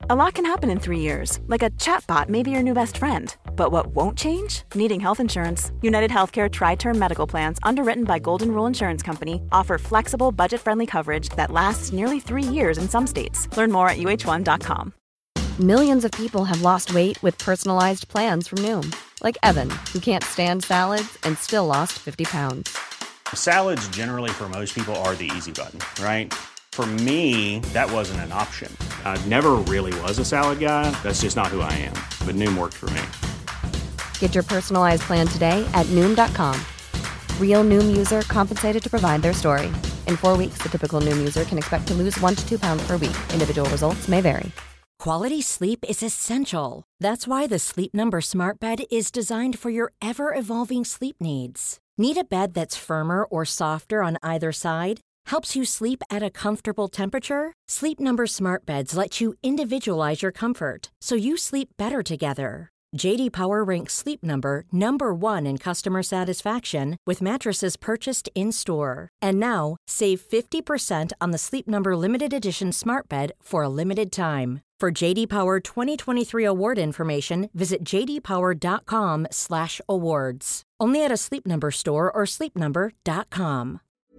A lot can happen in 3 years, like a chatbot may be your new best friend. But what won't change? Needing health insurance. United Healthcare Tri-Term Medical Plans, underwritten by Golden Rule Insurance Company, offer flexible, budget-friendly coverage that lasts nearly 3 years in some states. Learn more at uh1.com. Millions of people have lost weight with personalized plans from Noom. Like Evan, who can't stand salads and still lost 50 pounds. Salads generally for most people are the easy button, right? For me, that wasn't an option. I never really was a salad guy. That's just not who I am. But Noom worked for me. Get your personalized plan today at Noom.com. Real Noom user compensated to provide their story. In 4 weeks, the typical Noom user can expect to lose 1 to 2 pounds per week. Individual results may vary. Quality sleep is essential. That's why the Sleep Number Smart Bed is designed for your ever-evolving sleep needs. Need a bed that's firmer or softer on either side? Helps you sleep at a comfortable temperature? Sleep Number Smart Beds let you individualize your comfort, so you sleep better together. J.D. Power ranks Sleep Number number 1 in customer satisfaction with mattresses purchased in-store. And now, save 50% on the Sleep Number Limited Edition Smart Bed for a limited time. For J.D. Power 2023 award information, visit jdpower.com/awards. Only at a Sleep Number store or sleepnumber.com.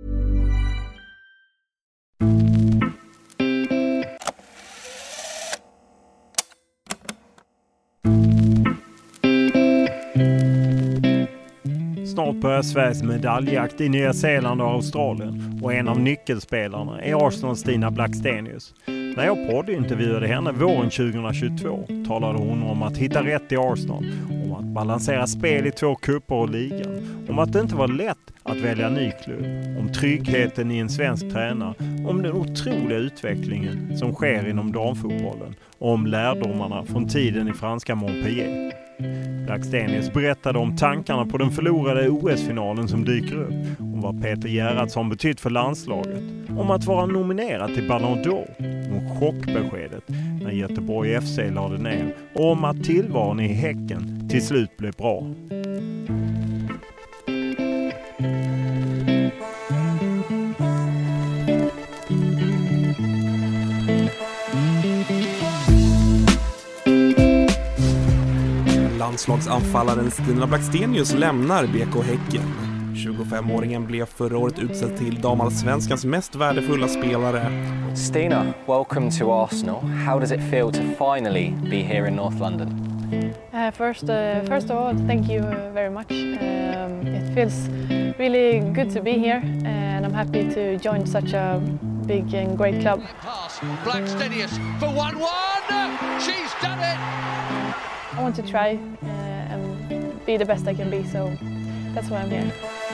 Snart börjar Sveriges medaljjakt i Nya Zeeland och Australien och en av nyckelspelarna är Arsenals Stina Blackstenius. När jag poddintervjuade henne våren 2022 talade hon om att hitta rätt i Arsenal, om att balansera spel i 2 cuper och ligan, om att det inte var lätt att välja ny klubb, om tryggheten i en svensk tränare, om den otroliga utvecklingen som sker inom damfotbollen och om lärdomarna från tiden i franska Montpellier. Blackstenius berättade om tankarna på den förlorade OS-finalen som dyker upp, om vad Peter Gerhardsson betytt för landslaget, om att vara nominerad till Ballon d'Or, om chockbeskedet när Göteborg FC lade ner och om att tillvaron i Häcken till slut blev bra. Landslagsanfallaren Stina Blackstenius lämnar BK Häcken. 25-åringen blev förra året utsedd till damallsvenskans mest värdefulla spelare. Stina, welcome to Arsenal. How does it feel to finally be here in North London? First of all, thank you very much. It feels really good to be here, and I'm happy to join such a big and great club. Blackstenius for 1-1. She's done it. I want to try and be the best I can be, so that's why I'm here.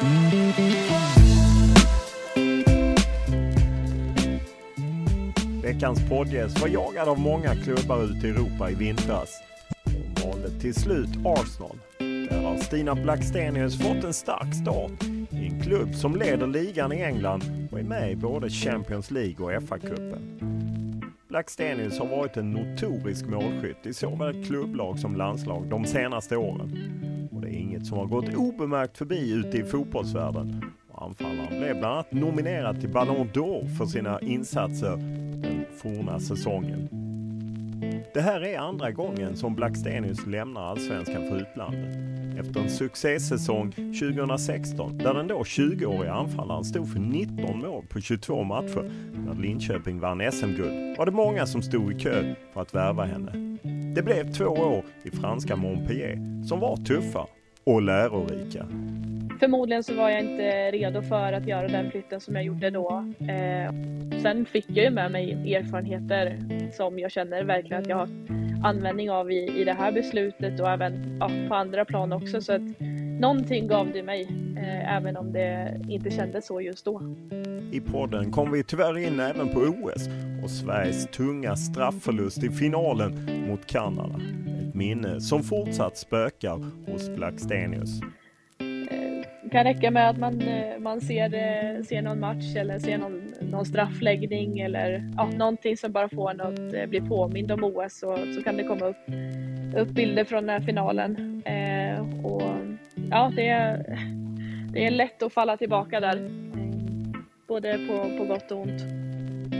Veckans poddgäst var jagad av många klubbar ute i Europa i vintras. Hon valde till slut Arsenal. Där har Stina Blackstenius fått en stark start i en klubb som leder ligan i England och är med i både Champions League och FA-cupen. Blackstenius har varit en notorisk målskytt i såväl klubblag som landslag de senaste åren. Och det är inget som har gått obemärkt förbi ute i fotbollsvärlden. Och anfallaren blev bland annat nominerad till Ballon d'Or för sina insatser den forna säsongen. Det här är andra gången som Blackstenius lämnar allsvenskan för utlandet. Efter en succésäsong 2016 där den då 20-åriga anfallaren stod för 19 mål på 22 matcher när Linköping vann SM-guld var det många som stod i kö för att värva henne. Det blev 2 år i franska Montpellier som var tuffa och lärorika. Förmodligen så var jag inte redo för att göra den flytten som jag gjorde då. Sen fick jag ju med mig erfarenheter som jag känner verkligen att jag har användning av i det här beslutet och även på andra plan också. Så att någonting gav det mig, även om det inte kändes så just då. I podden kom vi tyvärr in även på OS och Sveriges tunga straffförlust i finalen mot Kanada. Ett minne som fortsatt spökar hos Blackstenius. Det kan räcka med att man ser någon match eller ser någon straffläggning eller någonting som bara får en att bli påmind om OS, så kan det komma upp bilder från den här finalen. Och det är lätt att falla tillbaka där, både på gott och ont. Vi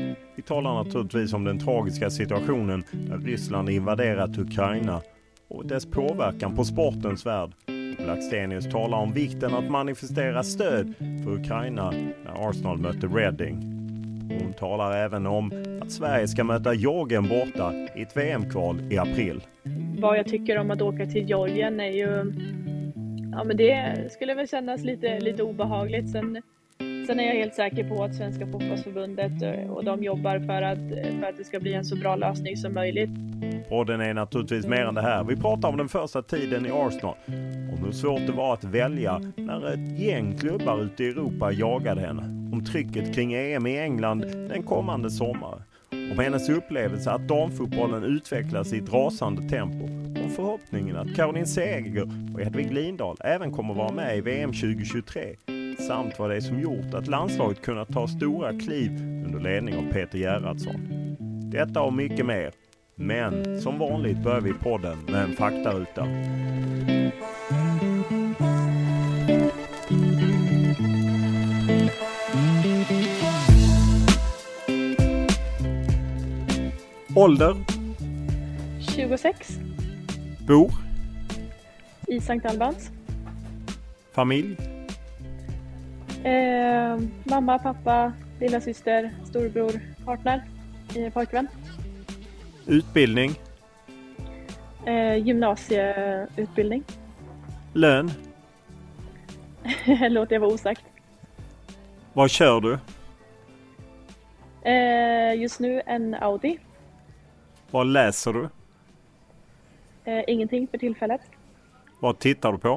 Vi talar naturligtvis om den tragiska situationen där Ryssland invaderat Ukraina och dess påverkan på sportens värld. Blackstenius talar om vikten att manifestera stöd för Ukraina när Arsenal mötte Reading. Hon talar även om att Sverige ska möta Georgien borta i ett VM-kval i april. Vad jag tycker om att åka till Georgien är ju... Ja, men det skulle väl kännas lite obehagligt. Sen är jag helt säker på att Svenska fotbollsförbundet och de jobbar för att det ska bli en så bra lösning som möjligt. Podden är naturligtvis mer än det här. Vi pratar om den första tiden i Arsenal. Om hur svårt det var att välja när ett gäng klubbar ute i Europa jagade henne. Om trycket kring EM i England den kommande sommaren. Om hennes upplevelse att damfotbollen utvecklas i ett rasande tempo. Om förhoppningen att Caroline Seger och Hedvig Lindahl även kommer vara med i VM 2023. Samt vad det är som gjort att landslaget kunnat ta stora kliv under ledning av Peter Gerhardsson. Detta och mycket mer. Men som vanligt börjar vi podden med en faktaruta. Ålder? 26. Bor? I Sankt Albans. Familj? Mamma, pappa, lilla syster, storbror, partner, pojkvän. Utbildning? Gymnasieutbildning. Lön? Låter jag vara osagt. Vad kör du? Just nu en Audi. Vad läser du? Ingenting för tillfället. Vad tittar du på?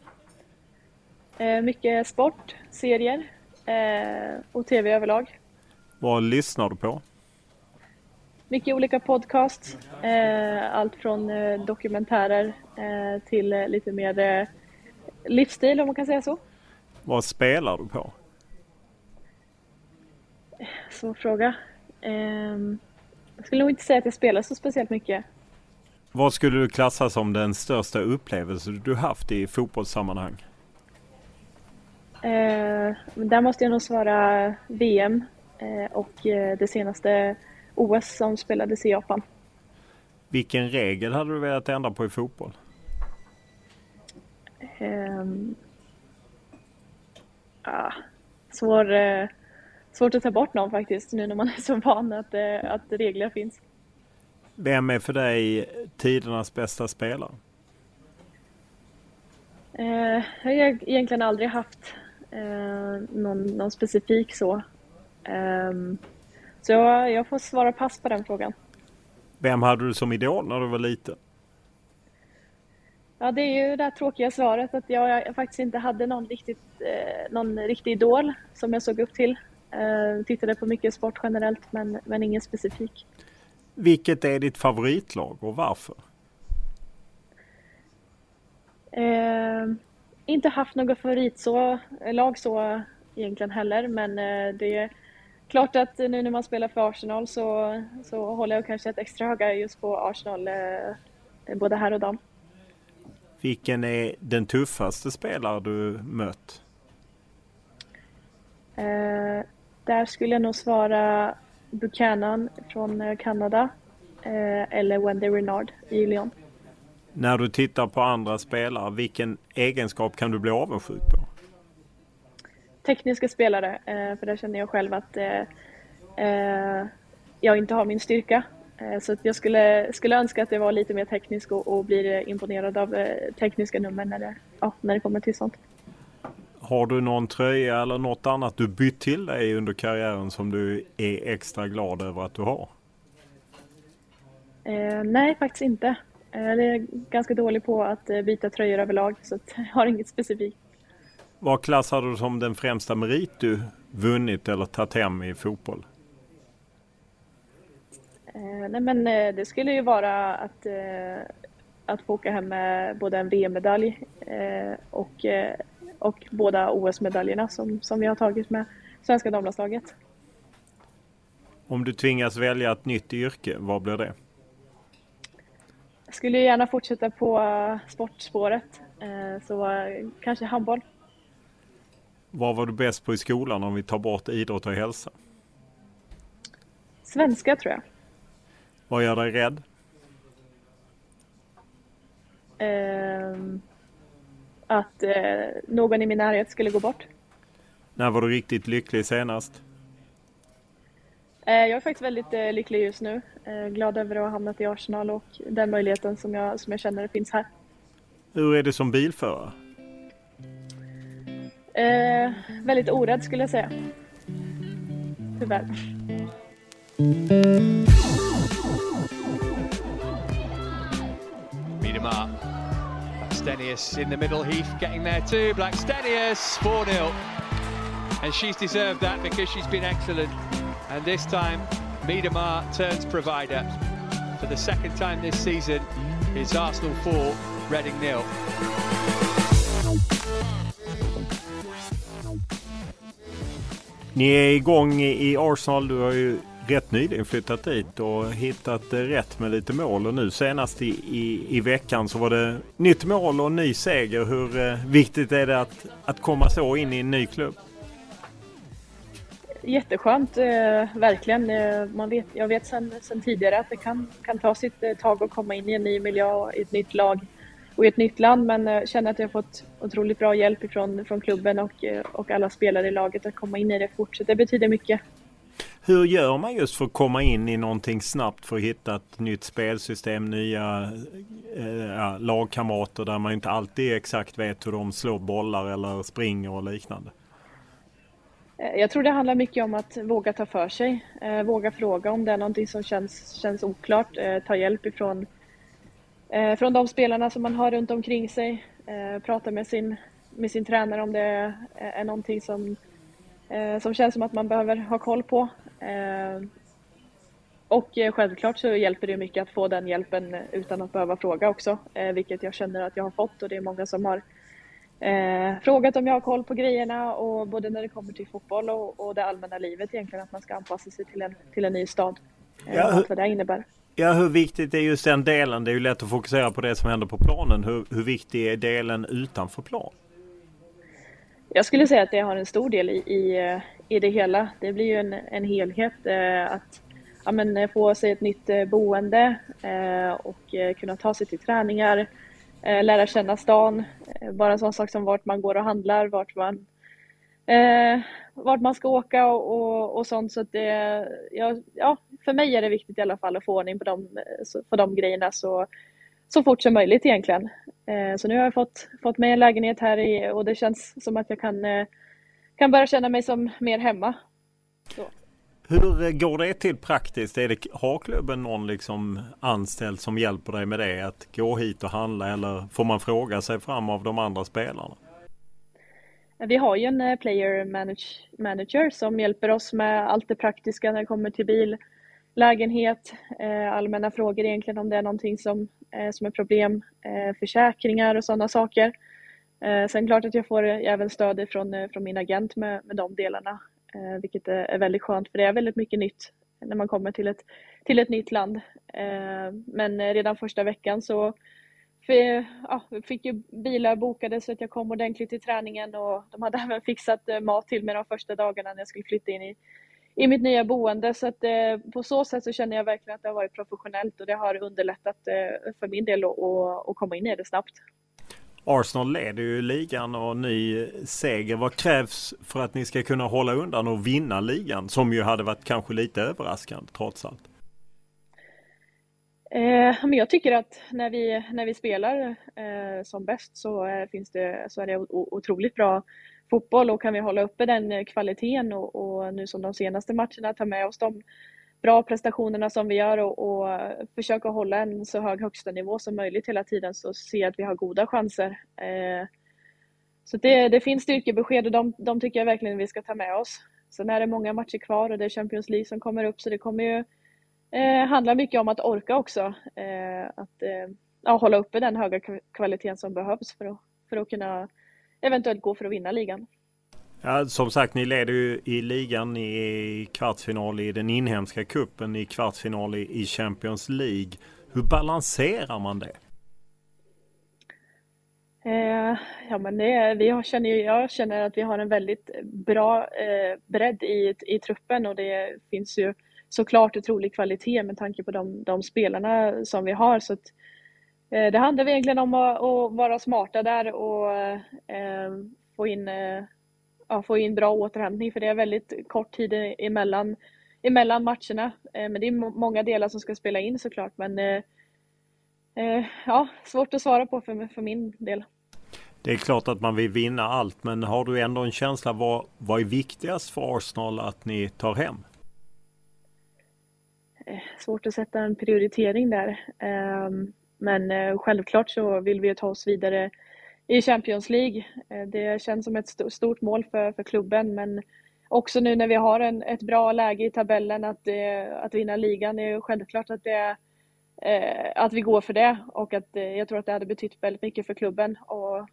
Mycket sport, serier och tv överlag. Vad lyssnar du på? Mycket olika podcasts. Allt från dokumentärer till lite mer livsstil om man kan säga så. Vad spelar du på? Så fråga. Jag skulle nog inte säga att jag spelar så speciellt mycket. Vad skulle du klassa som den största upplevelse du haft i fotbollssammanhang? Där måste jag nog svara VM och det senaste OS som spelades i Japan. Vilken regel hade du velat ändra på i fotboll? Svårt att ta bort någon faktiskt nu när man är så van att regler finns. Vem är för dig tidernas bästa spelare? Jag har egentligen aldrig haft någon specifik så. Så jag får svara pass på den frågan. Vem hade du som idol när du var liten? Ja, det är ju det här tråkiga svaret att jag faktiskt inte hade någon riktig idol som jag såg upp till. Tittade på mycket sport generellt men ingen specifik. Vilket är ditt favoritlag och varför? Inte haft något favoritlag så egentligen heller, men det är klart att nu när man spelar för Arsenal så håller jag kanske ett extra höga just på Arsenal både här och dam. Vilken är den tuffaste spelare du mött? Där skulle jag nog svara Buchanan från Kanada eller Wendy Renard i Lyon. När du tittar på andra spelare, vilken egenskap kan du bli avundsjuk på? Tekniska spelare, för där känner jag själv att jag inte har min styrka. Så att jag skulle önska att jag var lite mer teknisk och blir imponerad av tekniska nummer när det kommer till sånt. Har du någon tröja eller något annat du bytt till dig under karriären som du är extra glad över att du har? Nej, faktiskt inte. Jag är ganska dålig på att byta tröjor överlag så att jag har inget specifikt. Vad klassar du som den främsta merit du vunnit eller tagit hem i fotboll? Nej, men det skulle ju vara att få åka hem med både en VM-medalj och båda OS-medaljerna som vi har tagit med svenska damlandslaget. Om du tvingas välja ett nytt yrke, vad blir det? Jag skulle gärna fortsätta på sportspåret, så kanske handboll. Vad var du bäst på i skolan om vi tar bort idrott och hälsa? Svenska tror jag. Vad gör dig rädd? Att någon i min närhet skulle gå bort. När var du riktigt lycklig senast? Jag är faktiskt väldigt lycklig just nu. Glad över att ha hamnat i Arsenal och den möjligheten som jag känner finns här. Hur är det som bilförare? Väldigt orädd skulle jag säga. Tyvärr. Miedema. Blackstenius in the middle, Heath getting there too. Blackstenius 4-0. And she's deserved that because she's been excellent. And this time, Miedema turns provider. For the second time this season, it's Arsenal 4, Reading 0. Ni är igång i Arsenal. Du har ju rätt nyligen flyttat dit och hittat rätt med lite mål. Och nu senast i veckan så var det nytt mål och ny seger. Hur viktigt är det att komma så in i en ny klubb? Jätteskönt, verkligen. Jag vet sen tidigare att det kan ta sitt tag att komma in i en ny miljö, i ett nytt lag och i ett nytt land. Men känner att jag har fått otroligt bra hjälp från klubben och alla spelare i laget att komma in i det fort. Så det betyder mycket. Hur gör man just för att komma in i någonting snabbt, för att hitta ett nytt spelsystem, nya lagkamrater där man inte alltid exakt vet hur de slår bollar eller springer och liknande? Jag tror det handlar mycket om att våga ta för sig, våga fråga om det är någonting som känns oklart, ta hjälp från de spelarna som man har runt omkring sig, prata med sin tränare om det är någonting som känns som att man behöver ha koll på. Och självklart så hjälper det mycket att få den hjälpen utan att behöva fråga också, vilket jag känner att jag har fått, och det är många som har frågat om jag har koll på grejerna, och både när det kommer till fotboll och det allmänna livet egentligen, att man ska anpassa sig till en ny stad och allt vad det innebär. Ja, hur viktigt är just den delen? Det är ju lätt att fokusera på det som händer på planen. Hur viktig är delen utanför plan? Jag skulle säga att det har en stor del i det hela. Det blir ju en helhet att få sig ett nytt boende och kunna ta sig till träningar, lära känna stan, bara en sån sak som vart man går och handlar, vart man ska åka och sånt. Så att för mig är det viktigt i alla fall att få ordning på de grejerna så fort som möjligt egentligen. Så nu har jag fått mig en lägenhet här och det känns som att jag kan börja känna mig som mer hemma. Så. Hur går det till praktiskt? Har klubben någon anställd som hjälper dig med det? Att gå hit och handla, eller får man fråga sig fram av de andra spelarna? Vi har ju en player manager som hjälper oss med allt det praktiska när det kommer till bil, lägenhet, allmänna frågor egentligen om det är någonting som är problem, försäkringar och sådana saker. Sen klart att jag får även stöd från min agent med de delarna. Vilket är väldigt skönt, för det är väldigt mycket nytt när man kommer till ett nytt land. Men redan första veckan så fick ju bilar bokade så att jag kom ordentligt till träningen, och de hade även fixat mat till mig de första dagarna när jag skulle flytta in i mitt nya boende. Så att på så sätt så känner jag verkligen att det har varit professionellt, och det har underlättat för min del att komma in i det snabbt. Arsenal leder ju ligan och ny seger. Vad krävs för att ni ska kunna hålla undan och vinna ligan, som ju hade varit kanske lite överraskande trots allt? Men jag tycker att när vi spelar som bäst så är det otroligt bra fotboll, och kan vi hålla uppe den kvaliteten och nu som de senaste matcherna ta med oss de bra prestationerna som vi gör och försöka hålla en så hög högsta nivå som möjligt hela tiden, så ser att vi har goda chanser. Så det finns styrkebesked, och de tycker jag verkligen vi ska ta med oss. Sen är det många matcher kvar och det är Champions League som kommer upp, så det kommer ju handla mycket om att orka också. Att hålla uppe den höga kvaliteten som behövs för att kunna eventuellt gå för att vinna ligan. Ja, som sagt, ni leder ju i ligan, i kvartsfinal i den inhemska kuppen, i kvartsfinal i Champions League. Hur balanserar man det? Jag känner att vi har en väldigt bra bredd i truppen, och det finns ju såklart otrolig kvalitet med tanke på de spelarna som vi har. Så att, det handlar egentligen om att vara smarta där och få in bra återhämtning, för det är väldigt kort tid emellan matcherna. Men det är många delar som ska spela in såklart, men svårt att svara på för min del. Det är klart att man vill vinna allt, men har du ändå en känsla vad är viktigast för Arsenal att ni tar hem? Svårt att sätta en prioritering där. Men självklart så vill vi ta oss vidare i Champions League. Det känns som ett stort mål för klubben, men också nu när vi har ett bra läge i tabellen att vinna ligan är ju självklart att vi går för det, och att jag tror att det hade betytt väldigt mycket för klubben. Och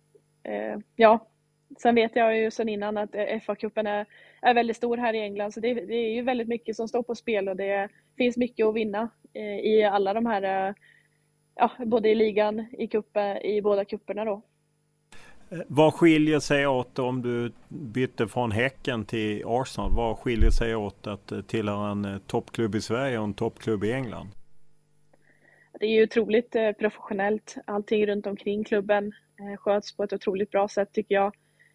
sen vet jag ju sen innan att FA-cupen är väldigt stor här i England, så det är ju väldigt mycket som står på spel, och det finns mycket att vinna i alla de här, både i ligan, i båda cuperna då. Vad skiljer sig åt om du bytte från Häcken till Arsenal? Vad skiljer sig åt att tillhöra en toppklubb i Sverige och en toppklubb i England? Det är ju otroligt professionellt. Allting runt omkring klubben sköts på ett otroligt bra sätt, tycker jag.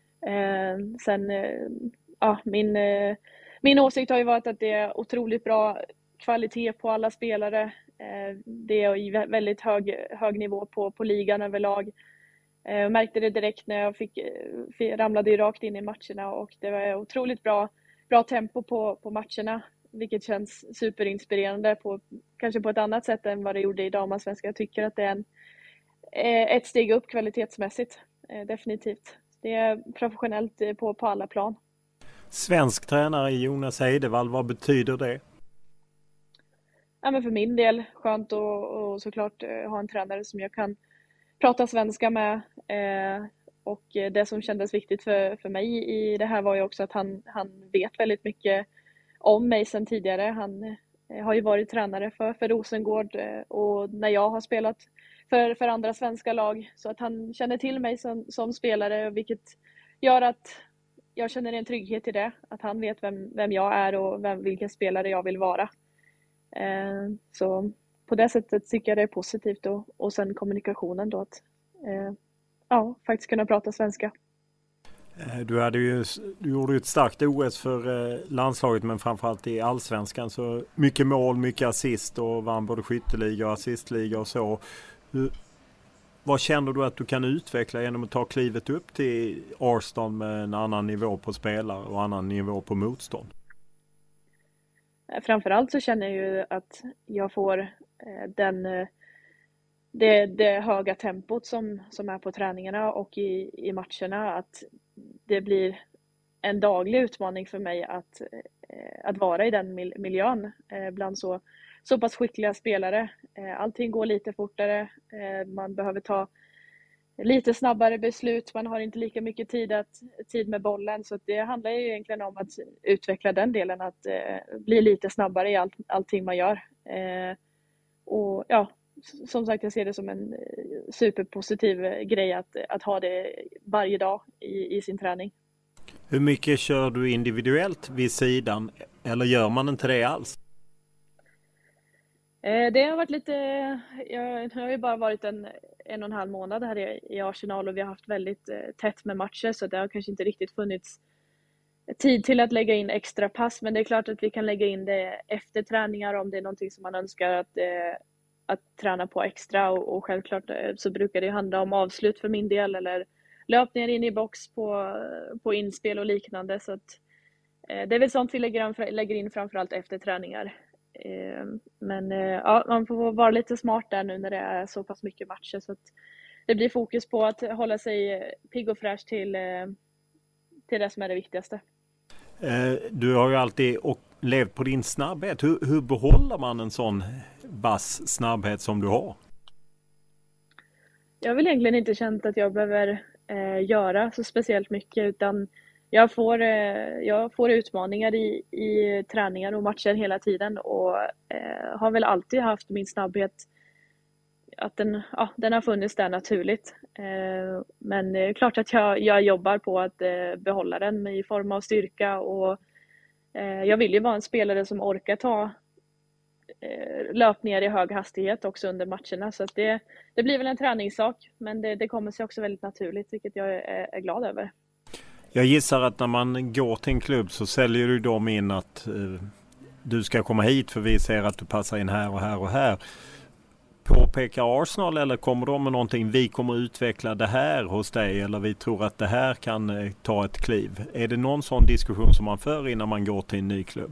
Min åsikt har ju varit att det är otroligt bra kvalitet på alla spelare. Det är väldigt hög nivå på ligan överlag. Jag märkte det direkt när jag ramlade rakt in i matcherna, och det var otroligt bra tempo på matcherna, vilket känns superinspirerande kanske på ett annat sätt än vad det gjorde i damallsvenskan. Jag tycker att det är ett steg upp kvalitetsmässigt, definitivt. Det är professionellt på alla plan. Svensk tränare Jonas Eidevall, vad betyder det? Ja, men för min del skönt och såklart ha en tränare som jag kan prata svenska med. Och det som kändes viktigt för mig i det här var ju också att han vet väldigt mycket om mig sedan tidigare. Han har ju varit tränare för Rosengård och när jag har spelat för andra svenska lag, så att han känner till mig som spelare, vilket gör att jag känner en trygghet i det, att han vet vem jag är och vilken spelare jag vill vara. Så på det sättet tycker jag det är positivt då. Och sen kommunikationen då, att faktiskt kunna prata svenska. Du gjorde ju ett starkt OS för landslaget, men framförallt i allsvenskan, så mycket mål, mycket assist och vann både skytteliga och assistliga och så. Vad känner du att du kan utveckla genom att ta klivet upp till Arsenal med en annan nivå på spelare och annan nivå på motstånd? Framförallt så känner jag ju att jag får det höga tempot som är på träningarna och i matcherna, att det blir en daglig utmaning för mig att vara i den miljön bland så pass skickliga spelare. Allting går lite fortare, man behöver ta lite snabbare beslut, man har inte lika mycket tid med bollen, så det handlar ju egentligen om att utveckla den delen, att bli lite snabbare i allting man gör. Och som sagt, jag ser det som en superpositiv grej att ha det varje dag i sin träning. Hur mycket kör du individuellt vid sidan, eller gör man inte det alls? Det har varit lite, jag har ju bara varit en och en halv månad här i Arsenal, och vi har haft väldigt tätt med matcher, så det har kanske inte riktigt funnits tid till att lägga in extra pass, men det är klart att vi kan lägga in det efter träningar om det är någonting som man önskar att träna på extra, och självklart så brukar det handla om avslut för min del, eller löpningar in i box på inspel och liknande, så att det är väl sånt vi lägger in framförallt efter träningar. Men man får vara lite smart där nu när det är så pass mycket matcher, så att det blir fokus på att hålla sig pigg och fräsch till det som är det viktigaste. Du har ju alltid levt på din snabbhet. Hur behåller man en sån vass snabbhet som du har? Jag har väl egentligen inte känt att jag behöver göra så speciellt mycket, utan jag får utmaningar i träningar och matcher hela tiden, och har väl alltid haft min snabbhet, att den har funnits där naturligt. Men det är klart att jag jobbar på att behålla den i form av styrka och Jag vill ju vara en spelare som orkar ta löpningar i hög hastighet också under matcherna. Så att det blir väl en träningssak, men det kommer sig också väldigt naturligt, vilket jag är glad över. Jag gissar att när man går till en klubb så säljer du dem in att du ska komma hit för vi ser att du passar in här och här och här. Påpekar Arsenal eller kommer de med någonting, vi kommer utveckla det här hos dig eller vi tror att det här kan ta ett kliv? Är det någon sån diskussion som man för innan man går till en ny klubb?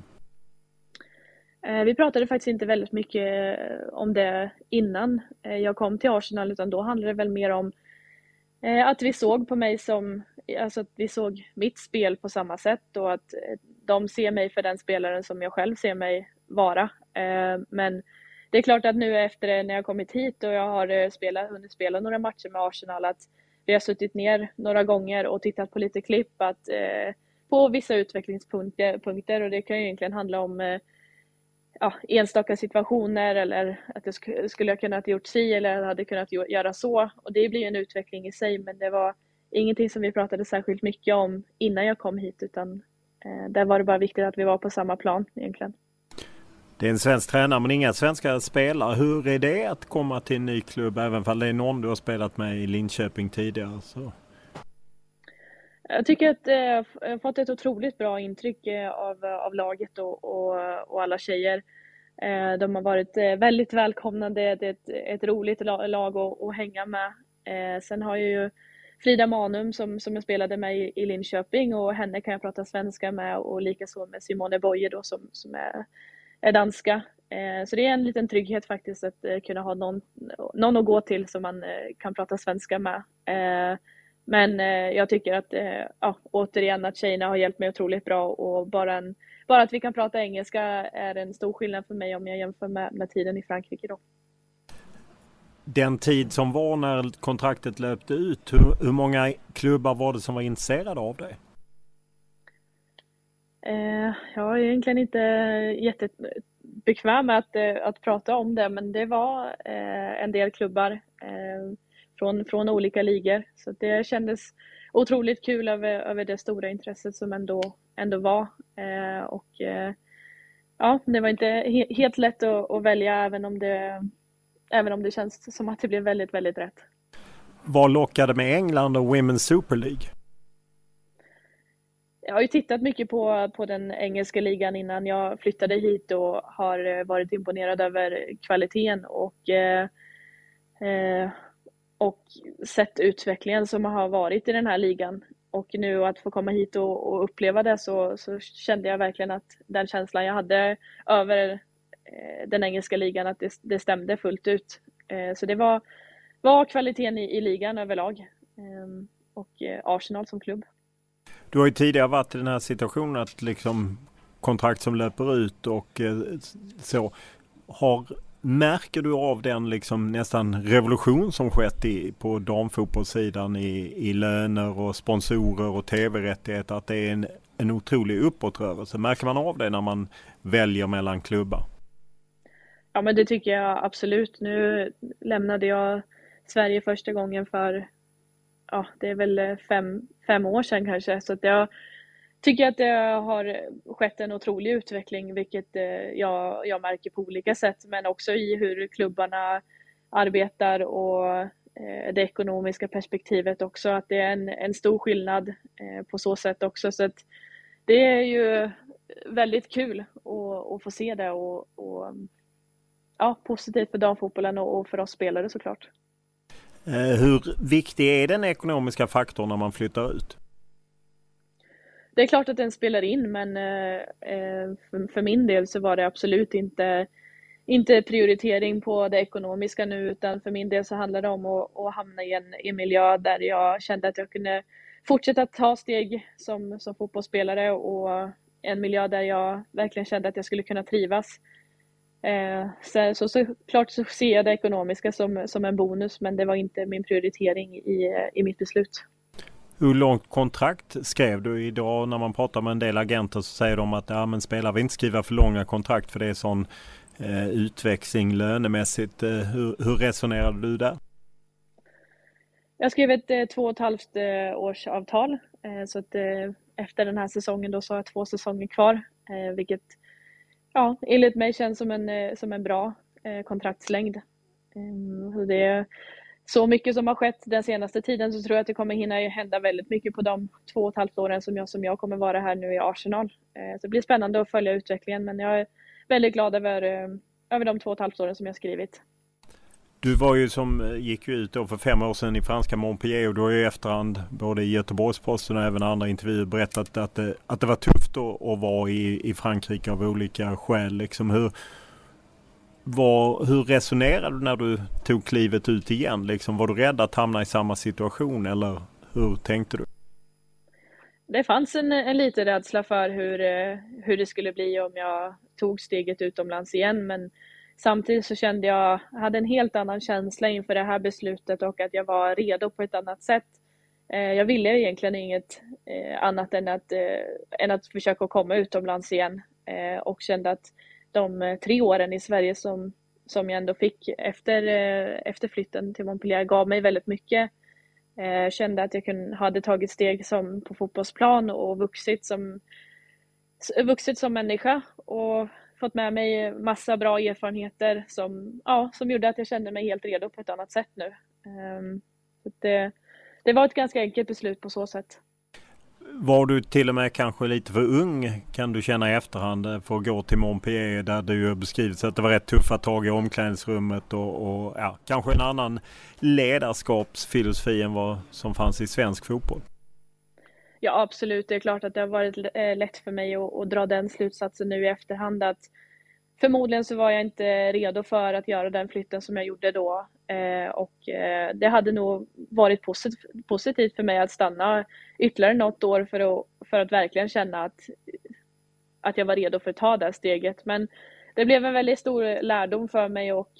Vi pratade faktiskt inte väldigt mycket om det innan jag kom till Arsenal, utan då handlade det väl mer om att vi såg på mig alltså att vi såg mitt spel på samma sätt och att de ser mig för den spelaren som jag själv ser mig vara. Men det är klart att nu efter när jag kommit hit och jag har hunnit spela några matcher med Arsenal, att vi har suttit ner några gånger och tittat på lite klipp på vissa utvecklingspunkter, och det kan ju egentligen handla om enstaka situationer eller att det skulle ha kunnat gjort si eller hade kunnat göra så, och det blir en utveckling i sig, men det var ingenting som vi pratade särskilt mycket om innan jag kom hit, utan där var det bara viktigt att vi var på samma plan egentligen. Det är en svensk tränare men inga svenska spelare. Hur är det att komma till en ny klubb även om det är någon du har spelat med i Linköping tidigare? Så? Jag tycker att jag har fått ett otroligt bra intryck av laget och alla tjejer. De har varit väldigt välkomnande. Det är ett roligt lag att hänga med. Sen har jag ju Frida Manum som jag spelade med i Linköping, och henne kan jag prata svenska med, och likaså med Simone Boye då, som är danska. Så det är en liten trygghet faktiskt att kunna ha någon att gå till som man kan prata svenska med. Men jag tycker att återigen att tjejerna har hjälpt mig otroligt bra, och bara att vi kan prata engelska är en stor skillnad för mig om jag jämför med tiden i Frankrike då. Den tid som var när kontraktet löpte ut, hur många klubbar var det som var intresserade av dig? Jag är egentligen inte jättebekväm med att prata om det, men det var en del klubbar från olika ligor. Så det kändes otroligt kul över det stora intresset som ändå var. Det var inte helt lätt att välja, även om det känns som att det blev väldigt, väldigt rätt. Vad lockade med England och Women's Super League? Jag har ju tittat mycket på den engelska ligan innan jag flyttade hit och har varit imponerad över kvaliteten och sett utvecklingen som har varit i den här ligan. Och nu att få komma hit och uppleva det så kände jag verkligen att den känslan jag hade över den engelska ligan, att det stämde fullt ut. Så det var kvaliteten i ligan överlag och Arsenal som klubb. Du har ju tidigare varit i den här situationen att liksom kontrakt som löper ut och så. Märker du av den liksom nästan revolution som skett på damfotbollssidan i löner och sponsorer och tv-rättigheter, att det är en otrolig uppåtrörelse? Märker man av det när man väljer mellan klubbar? Ja, men det tycker jag absolut. Nu lämnade jag Sverige första gången för det är väl fem år sedan kanske, så att jag tycker att det har skett en otrolig utveckling, vilket jag märker på olika sätt, men också i hur klubbarna arbetar och det ekonomiska perspektivet också, att det är en stor skillnad på så sätt också, så att det är ju väldigt kul att få se det och positivt för damfotbollen och för oss spelare såklart. Hur viktig är den ekonomiska faktorn när man flyttar ut? Det är klart att den spelar in, men för min del så var det absolut inte prioritering på det ekonomiska nu, utan för min del så handlar det om att hamna i en miljö där jag kände att jag kunde fortsätta ta steg som fotbollsspelare, och en miljö där jag verkligen kände att jag skulle kunna trivas. Så klart så ser jag det ekonomiska som en bonus, men det var inte min prioritering i mitt beslut. Hur långt kontrakt skrev du idag? När man pratar med en del agenter så säger de att spelare vill inte skriva för långa kontrakt för det är sån utväxling lönemässigt. Hur resonerade du där? Jag skrev ett 2,5 års avtal, så att efter den här säsongen då så har jag 2 säsonger kvar. vilket enligt mig känns som en bra kontraktslängd. Det är så mycket som har skett den senaste tiden, så tror jag att det kommer hinna hända väldigt mycket på de 2,5 åren som jag kommer vara här nu i Arsenal. Så det blir spännande att följa utvecklingen, men jag är väldigt glad över de 2,5 åren som jag skrivit. Du gick ju ut då för 5 år sedan i franska Montpellier, och du har ju i efterhand både i Göteborgs-Posten och även andra intervjuer berättat att det var tufft att vara i Frankrike av olika skäl. Liksom, hur resonerade du när du tog klivet ut igen? Liksom, var du rädd att hamna i samma situation, eller hur tänkte du? Det fanns en liten rädsla för hur det skulle bli om jag tog steget utomlands igen, men samtidigt så kände jag hade en helt annan känsla inför det här beslutet och att jag var redo på ett annat sätt. Jag ville egentligen inget annat än att försöka komma utomlands igen, och kände att de 3 åren i Sverige som jag ändå fick efter flytten till Montpellier gav mig väldigt mycket. Kände att jag hade tagit steg som på fotbollsplan och vuxit som människa och fått med mig massa bra erfarenheter som gjorde att jag kände mig helt redo på ett annat sätt nu. Så det var ett ganska enkelt beslut på så sätt. Var du till och med kanske lite för ung, kan du känna i efterhand, för att gå till Montpellier, där du ju beskrivit att det var rätt tuffa tag i omklädningsrummet och kanske en annan ledarskapsfilosofi än vad som fanns i svensk fotboll? Ja, absolut. Det är klart att det har varit lätt för mig att dra den slutsatsen nu i efterhand, att förmodligen så var jag inte redo för att göra den flytten som jag gjorde då. Det hade nog varit positivt för mig att stanna ytterligare något år för att verkligen känna att jag var redo för att ta det steget. Men det blev en väldigt stor lärdom för mig, och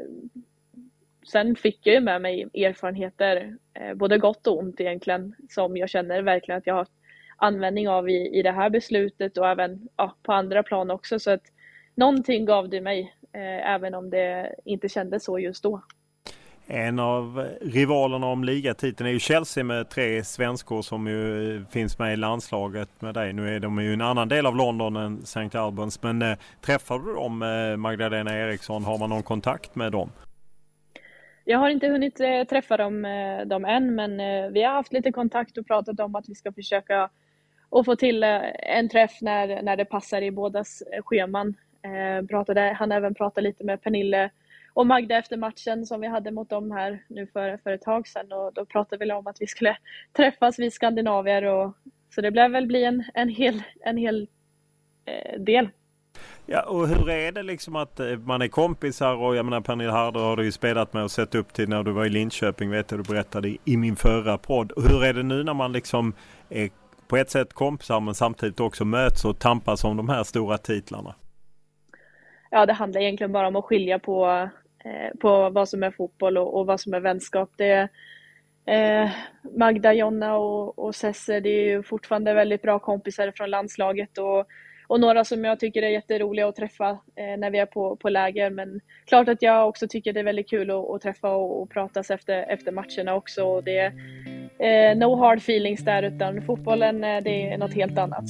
sen fick jag ju med mig erfarenheter, både gott och ont egentligen, som jag känner verkligen att jag har användning av i det här beslutet och även på andra plan också. Så att någonting gav det mig, även om det inte kändes så just då. En av rivalerna om ligatiteln är ju Chelsea med 3 svenskor som ju finns med i landslaget med dig. Nu är de ju en annan del av London än St. Albans, men träffar du dem, Magdalena Eriksson? Har man någon kontakt med dem? Jag har inte hunnit träffa dem än, men vi har haft lite kontakt och pratat om att vi ska försöka att få till en träff när det passar i bådas scheman. Han även pratade lite med Pernille och Magda efter matchen som vi hade mot dem här nu för ett tag sedan, och då pratade vi om att vi skulle träffas vid Skandinavier, så det blev väl bli en hel del. Ja, och hur är det liksom att man är kompisar, och jag menar Pernille Harder har du ju spelat med och sett upp till när du var i Linköping, vet du berättade i min förra podd. Och hur är det nu när man liksom är på ett sätt kompisar men samtidigt också möts och tampas om de här stora titlarna? Ja, det handlar egentligen bara om att skilja på vad som är fotboll och vad som är vänskap. Det är Magda, Jonna och Sesse, det är ju fortfarande väldigt bra kompisar från landslaget, och några som jag tycker är jätteroliga att träffa när vi är på läger. Men klart att jag också tycker det är väldigt kul att träffa och pratas efter matcherna också. Och det är no hard feelings där, utan fotbollen det är något helt annat.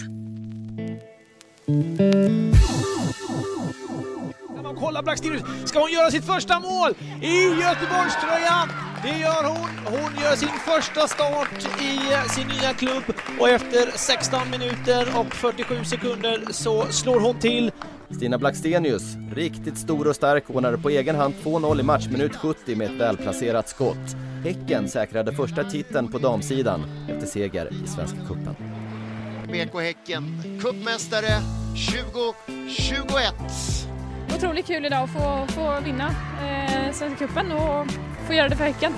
Kolla Blackstenius, ska hon göra sitt första mål i Göteborgströjan? Det gör hon. Hon gör sin första start i sin nya klubb, och efter 16 minuter och 47 sekunder så slår hon till. Stina Blackstenius, riktigt stor och stark, ordnade på egen hand 2-0 i matchminut 70 med ett välplacerat skott. Häcken säkrade första titeln på damsidan efter seger i Svenska cupen. BK Häcken, cupmästare 2021. Otroligt kul idag att få vinna Svenska cupen och få göra det för Häcken.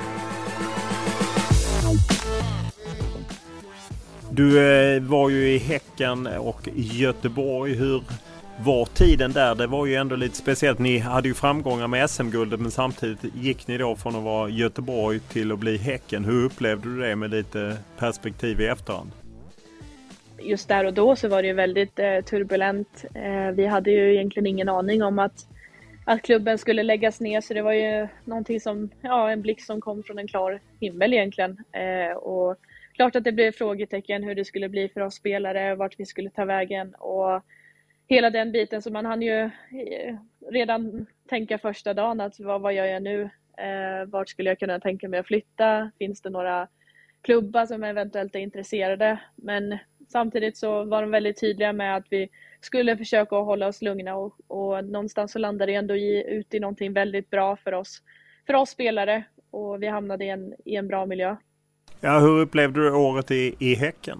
Du var ju i Häcken och i Göteborg. Hur var tiden där? Det var ju ändå lite speciellt. Ni hade ju framgångar med SM-guldet, men samtidigt gick ni då från att vara Göteborg till att bli Häcken. Hur upplevde du det med lite perspektiv i efterhand? Just där och då så var det ju väldigt turbulent. Vi hade ju egentligen ingen aning om att klubben skulle läggas ner, så det var ju någonting som, en blick som kom från en klar himmel egentligen. Och klart att det blev frågetecken hur det skulle bli för oss spelare, vart vi skulle ta vägen och hela den biten. Så man hann ju redan tänka första dagen att vad gör jag nu? Vart skulle jag kunna tänka mig att flytta? Finns det några klubbar som eventuellt är intresserade? Men samtidigt så var de väldigt tydliga med att vi skulle försöka hålla oss lugna och någonstans så landade det ändå ut i någonting väldigt bra för oss spelare och vi hamnade i en bra miljö. Ja, hur upplevde du året i Häcken?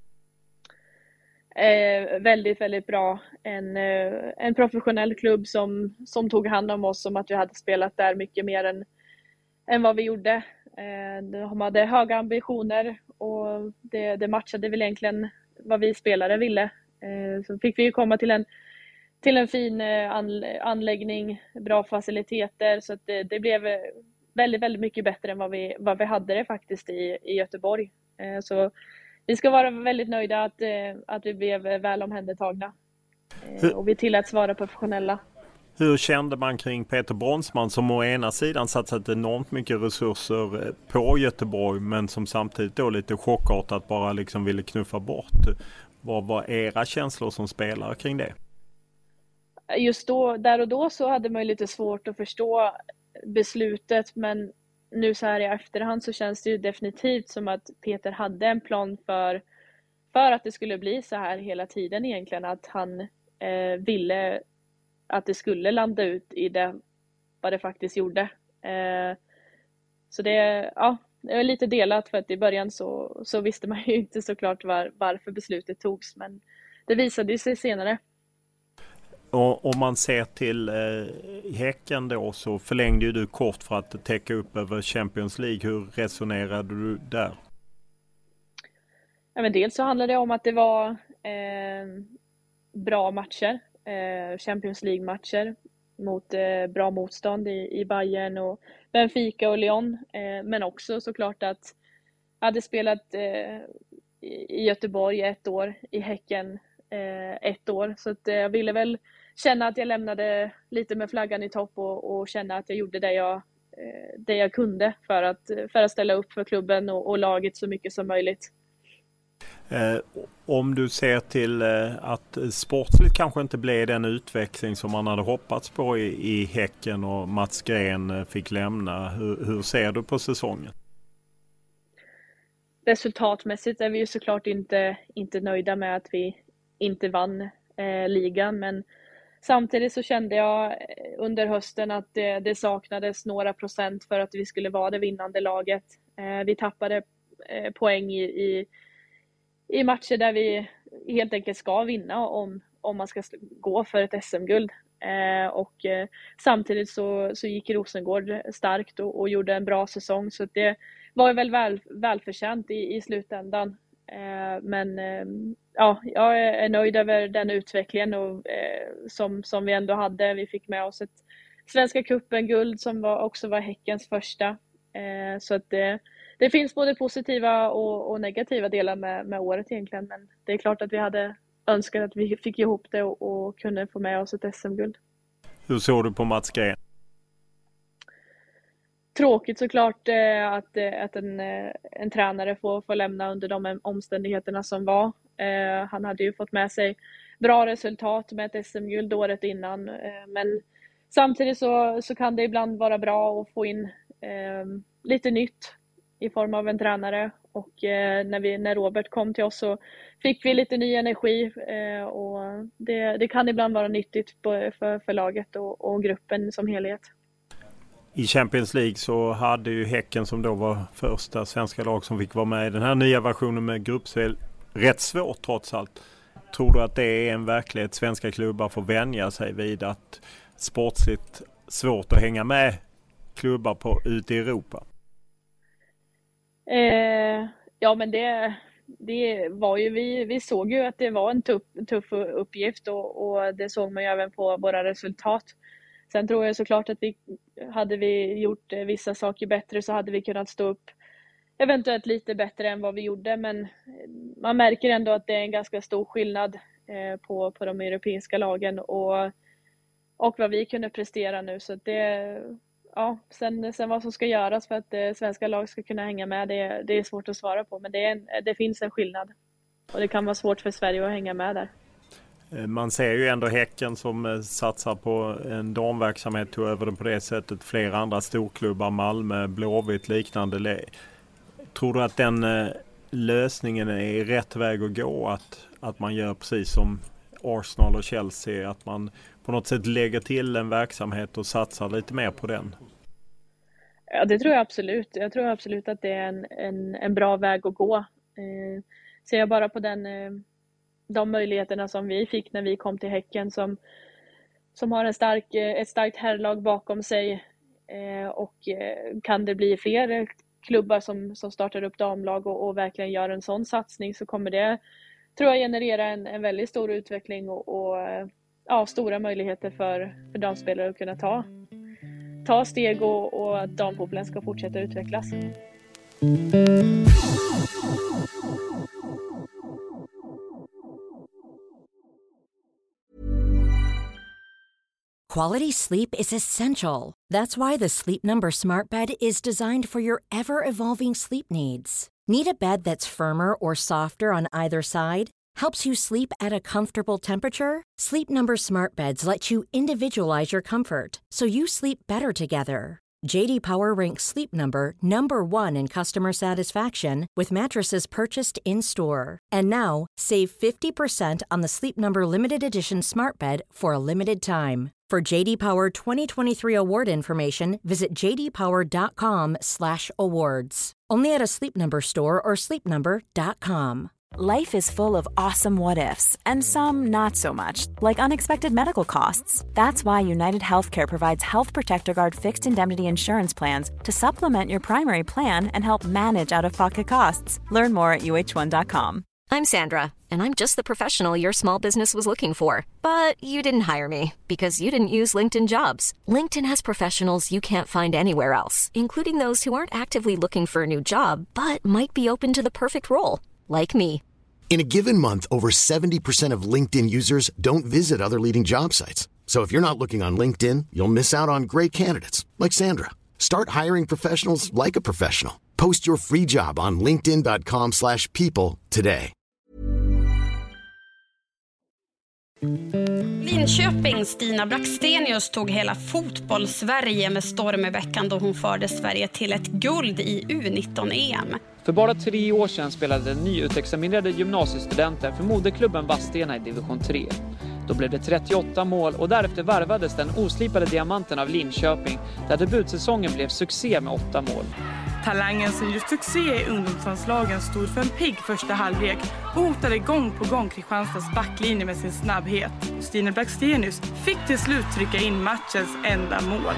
Väldigt, väldigt bra. En professionell klubb som tog hand om oss som att vi hade spelat där mycket mer än vad vi gjorde. De hade höga ambitioner och det matchade väl egentligen vad vi spelare ville. Så fick vi ju komma till en fin anläggning, bra faciliteter, så att det blev väldigt, väldigt mycket bättre än vad vi hade det faktiskt i Göteborg. Så vi ska vara väldigt nöjda att vi blev väl omhändertagna och vi tilläts vara professionella. Hur kände man kring Peter Bronsman som å ena sidan satsat enormt mycket resurser på Göteborg men som samtidigt då lite chockartat bara liksom ville knuffa bort? Vad var era känslor som spelare kring det? Just där och då så hade man ju lite svårt att förstå beslutet, men nu så här i efterhand så känns det ju definitivt som att Peter hade en plan för att det skulle bli så här hela tiden egentligen, att han ville att det skulle landa ut i vad det faktiskt gjorde. Så det är lite delat, för att i början så visste man ju inte såklart varför beslutet togs, men det visade sig senare. Och om man ser till Häcken då, så förlängde ju du kort för att täcka upp över Champions League. Hur resonerade du där? Ja, men dels så handlade det om att det var bra matcher. Champions League-matcher mot bra motstånd i Bayern och Benfica och Lyon. Men också såklart att jag hade spelat i Göteborg 1 år, i Häcken 1 år. Så att jag ville väl känna att jag lämnade lite med flaggan i topp och känna att jag gjorde det jag kunde för att ställa upp för klubben och laget så mycket som möjligt. Om du ser till att sportsligt kanske inte blev den utveckling som man hade hoppats på i Häcken och Mats Gren fick lämna, hur ser du på säsongen? Resultatmässigt är vi ju såklart inte nöjda med att vi inte vann ligan, men samtidigt så kände jag under hösten att det saknades några procent för att vi skulle vara det vinnande laget. Vi tappade poäng i matcher där vi helt enkelt ska vinna om man ska gå för ett SM-guld. Och samtidigt så gick Rosengård starkt och gjorde en bra säsong, så det var väl välförtjänt i slutändan. Men ja, jag är nöjd över den utvecklingen och, som vi ändå hade. Vi fick med oss ett Svenska cupen-guld som också var Häckens första. Så att det finns både positiva och negativa delar med året egentligen. Men det är klart att vi hade önskat att vi fick ihop det och kunde få med oss ett SM-guld. Hur såg du på Mats Gren? Tråkigt såklart att en tränare får lämna under de omständigheterna som var. Han hade ju fått med sig bra resultat med ett SM-guld året innan. Men samtidigt så kan det ibland vara bra att få in lite nytt i form av en tränare. Och när Robert kom till oss så fick vi lite ny energi. Och det kan ibland vara nyttigt för laget och gruppen som helhet. I Champions League så hade ju Häcken, som då var första svenska lag som fick vara med i den här nya versionen med gruppspel, rätt svårt trots allt. Tror du att det är en verklighet svenska klubbar får vänja sig vid, att sportsligt svårt att hänga med klubbar ute i Europa? Ja, men det var ju, vi såg ju att det var en tuff uppgift och det såg man ju även på våra resultat. Sen tror jag såklart att hade vi gjort vissa saker bättre så hade vi kunnat stå upp eventuellt lite bättre än vad vi gjorde. Men man märker ändå att det är en ganska stor skillnad på de europeiska lagen och vad vi kunde prestera nu. Så sen vad som ska göras för att svenska lag ska kunna hänga med, det är svårt att svara på. Men det finns en skillnad. Och det kan vara svårt för Sverige att hänga med där. Man ser ju ändå Häcken som satsar på en damverksamhet, tog över det på det sättet. Flera andra storklubbar, Malmö, Blåvitt, liknande. Tror du att den lösningen är rätt väg att gå? Att man gör precis som Arsenal och Chelsea, att man på något sätt lägger till en verksamhet och satsar lite mer på den? Ja, det tror jag absolut. Jag tror absolut att det är en bra väg att gå. Ser jag bara på de möjligheterna som vi fick när vi kom till Häcken, som har ett starkt herrlag bakom sig, och kan det bli fler klubbar som startar upp damlag och verkligen gör en sån satsning, så kommer det, tror jag, generera en väldigt stor utveckling och stora möjligheter för damspelare att kunna ta steg och att damfotbollen ska fortsätta utvecklas. Quality sleep is essential. That's why the Sleep Number Smart Bed is designed for your ever-evolving sleep needs. Need a bed that's firmer or softer on either side? Helps you sleep at a comfortable temperature? Sleep Number Smart Beds let you individualize your comfort, so you sleep better together. JD Power ranks Sleep Number #1 in customer satisfaction with mattresses purchased in-store. And now, save 50% on the Sleep Number Limited Edition Smart Bed for a limited time. For JD Power 2023 award information, visit jdpower.com/awards. Only at a Sleep Number store or sleepnumber.com. Life is full of awesome what-ifs, and some not so much, like unexpected medical costs. That's why United Healthcare provides Health Protector Guard fixed indemnity insurance plans to supplement your primary plan and help manage out-of-pocket costs. Learn more at uh1.com. I'm Sandra, and I'm just the professional your small business was looking for. But you didn't hire me because you didn't use LinkedIn Jobs. LinkedIn has professionals you can't find anywhere else, including those who aren't actively looking for a new job, but might be open to the perfect role. Like me. In a given month, over 70% of LinkedIn users don't visit other leading job sites. So if you're not looking on LinkedIn, you'll miss out on great candidates like Sandra. Start hiring professionals like a professional. Post your free job on linkedin.com/people today. Linköping Stina Blackstenius tog hela fotboll-Sverige med storm i veckan då hon förde Sverige till ett guld i U19-EM. För bara 3 år sedan spelade nyutexaminerade gymnasiestudenter för moderklubben Vadstena i division 3. Då blev det 38 mål och därefter värvades den oslipade diamanten av Linköping där debutsäsongen blev succé med 8 mål. Talangen som gjort succé i ungdomslandslagen stod för en pigg första halvlek och hotade gång på gång Kristianstads backlinje med sin snabbhet. Stina Blackstenius fick till slut trycka in matchens enda mål.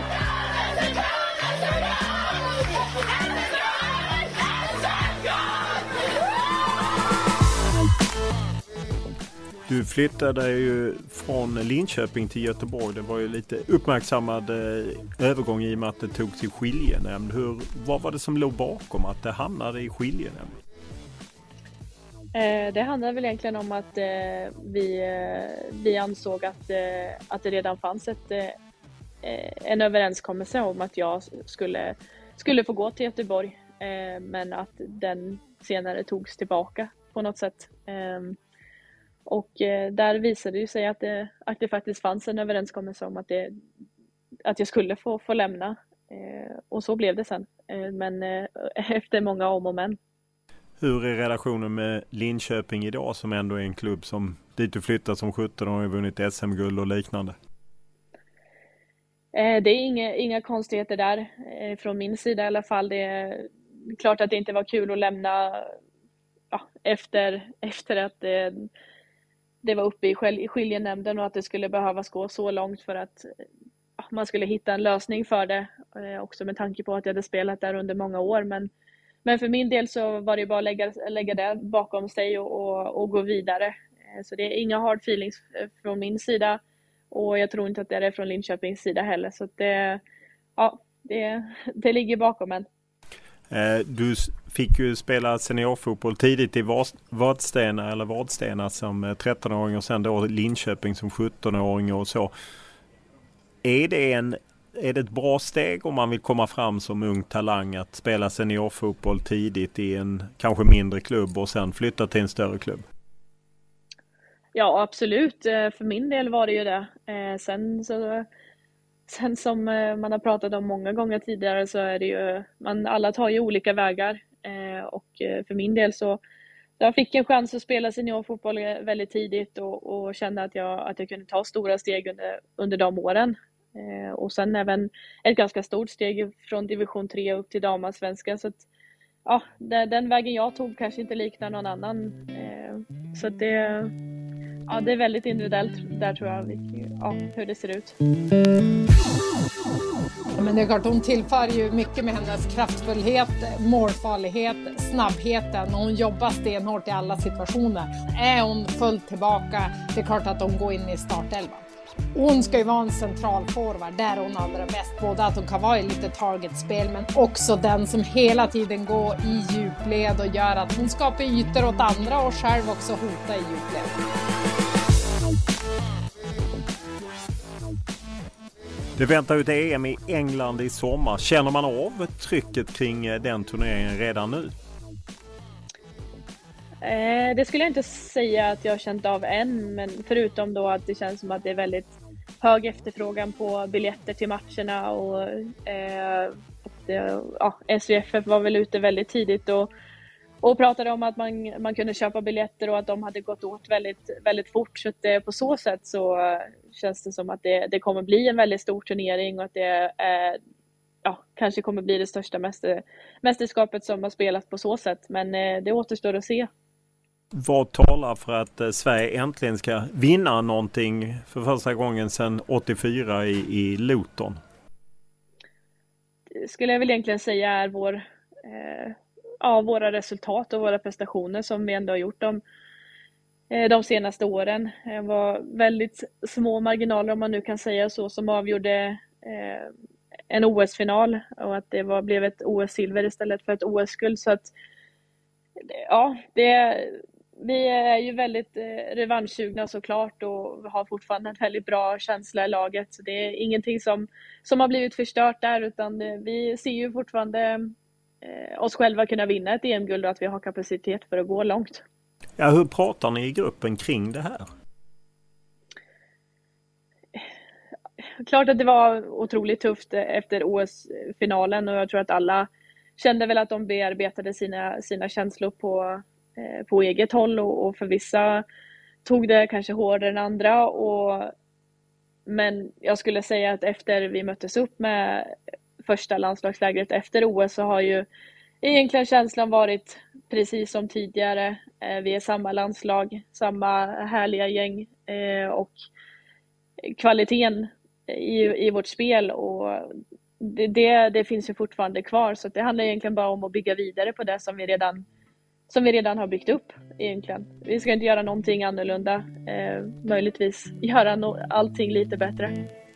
Du flyttade ju från Linköping till Göteborg. Det var ju lite uppmärksammad övergång i och med att det tog till skiljenämnd. Vad var det som låg bakom att det hamnade i skiljenämnd? Det handlar väl egentligen om att vi ansåg att det redan fanns en överenskommelse om att jag skulle få gå till Göteborg, men att den senare togs tillbaka på något sätt. Och där visade det sig att det faktiskt fanns en överenskommelse om att jag skulle få lämna. Och så blev det sen. Men efter många om och men. Hur är relationen med Linköping idag som ändå är en klubb som dit du flyttat som 17 år och vunnit SM-guld och liknande? Det är inga konstigheter där från min sida i alla fall. Det är klart att det inte var kul att lämna efter att det var uppe i skiljenämnden och att det skulle behövas gå så långt för att man skulle hitta en lösning för det. Också med tanke på att jag hade spelat där under många år. Men för min del så var det bara att lägga det bakom sig och gå vidare. Så det är inga hard feelings från min sida. Och jag tror inte att det är från Linköpings sida heller. Så att det ligger bakom en. Du fick ju spela seniorfotboll tidigt i Vadstena som 13-åring och sen då Linköping som 17-åring och så. Är det en Är det ett bra steg om man vill komma fram som ung talang att spela seniorfotboll tidigt i en kanske mindre klubb och sen flytta till en större klubb? Ja, absolut. För min del var det ju det. Sen som man har pratat om många gånger tidigare så är det ju, alla tar ju olika vägar. Och för min del så jag fick en chans att spela seniorfotboll väldigt tidigt och kände att jag kunde ta stora steg under de åren. Och sen även ett ganska stort steg från division 3 upp till damallsvenskan. Så att, ja, den vägen jag tog kanske inte liknar någon annan. Så att det är väldigt individuellt där tror jag hur det ser ut. Men det är klart, hon tillför ju mycket med hennes kraftfullhet, målfarlighet, snabbheten och hon jobbar stenhårt i alla situationer. Är hon fullt tillbaka, det är klart att hon går in i startelvan. Hon ska ju vara en central forward, där hon allra bäst. Både att hon kan vara i lite targetspel men också den som hela tiden går i djupled och gör att hon skapar ytor åt andra och själv också hotar i djupled. Det väntar ut EM i England i sommar. Känner man av trycket kring den turneringen redan nu? Det skulle jag inte säga att jag har känt av än, men förutom då att det känns som att det är väldigt hög efterfrågan på biljetter till matcherna och SVFF var väl ute väldigt tidigt och pratade om att man kunde köpa biljetter och att de hade gått åt väldigt, väldigt fort. Så att på så sätt så känns det som att det kommer bli en väldigt stor turnering och att det kanske kommer bli det största mästerskapet som har spelats på så sätt. Men det återstår att se. Vad talar för att Sverige äntligen ska vinna någonting för första gången sedan 84 i Luton? Det skulle jag väl egentligen säga är våra resultat och våra prestationer som vi ändå har gjort de senaste åren. Det var väldigt små marginaler, om man nu kan säga så, som avgjorde en OS-final och att det blev ett OS-silver istället för ett OS-guld. Så att vi är ju väldigt revanschsugna såklart och har fortfarande en väldigt bra känsla i laget. Så det är ingenting som har blivit förstört där, utan vi ser ju fortfarande oss själva kunna vinna ett EM-guld och att vi har kapacitet för att gå långt. Ja, hur pratar ni i gruppen kring det här? Klart att det var otroligt tufft efter OS-finalen och jag tror att alla kände väl att de bearbetade sina känslor på eget håll och för vissa tog det kanske hårdare än andra. Men jag skulle säga att efter vi möttes upp med första landslagslägret efter OS så har ju egentligen känslan varit precis som tidigare. Vi är samma landslag, samma härliga gäng och kvaliteten i vårt spel och det finns ju fortfarande kvar, så det handlar egentligen bara om att bygga vidare på det som vi redan har byggt upp egentligen. Vi ska inte göra någonting annorlunda, möjligtvis göra allting lite bättre.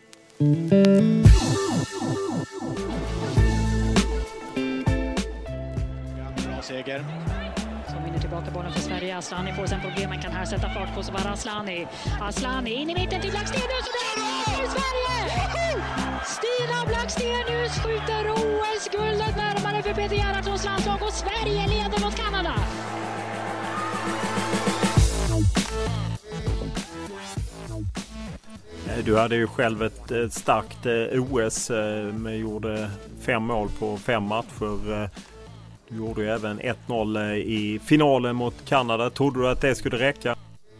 Bra seger. Som vinner tillbaka bollen för Sverige. Asllani får sen problemen, kan här sätta fart på Sabara Asllani. Asllani in i mitten till Blackstenius och det är Sverige! Stina Blackstenius skjuter OS-guldet närmare för Peter Gerhardssons landslag och Sverige leder mot Kanada. Du hade ju själv ett starkt OS, gjorde 5 mål på 5 matcher. Du gjorde ju även 1-0 i finalen mot Kanada. Trodde du att det skulle räcka?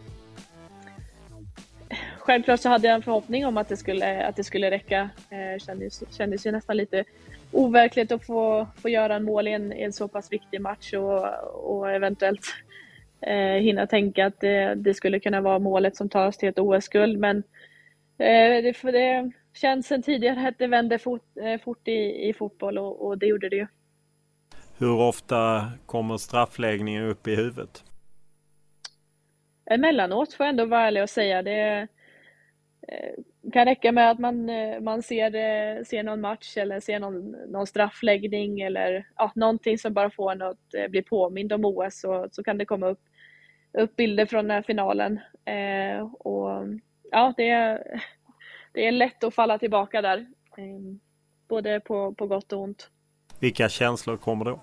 Självklart så hade jag en förhoppning om att det skulle räcka. Kändes ju nästan lite overkligt att få göra en mål i en så pass viktig match och eventuellt hinna tänka att det skulle kunna vara målet som tar oss till ett OS-guld. Men det känns sedan tidigare att det vände fort i fotboll och det gjorde det ju. Hur ofta kommer straffläggningen upp i huvudet? Emellanåt får jag ändå vara ärlig och säga. Det kan räcka med att man ser någon match eller ser någon straffläggning eller någonting som bara får en att bli påmind om OS, så kan det komma upp bilder från den här finalen. Och det är lätt att falla tillbaka där. Både på gott och ont. Vilka känslor kommer då?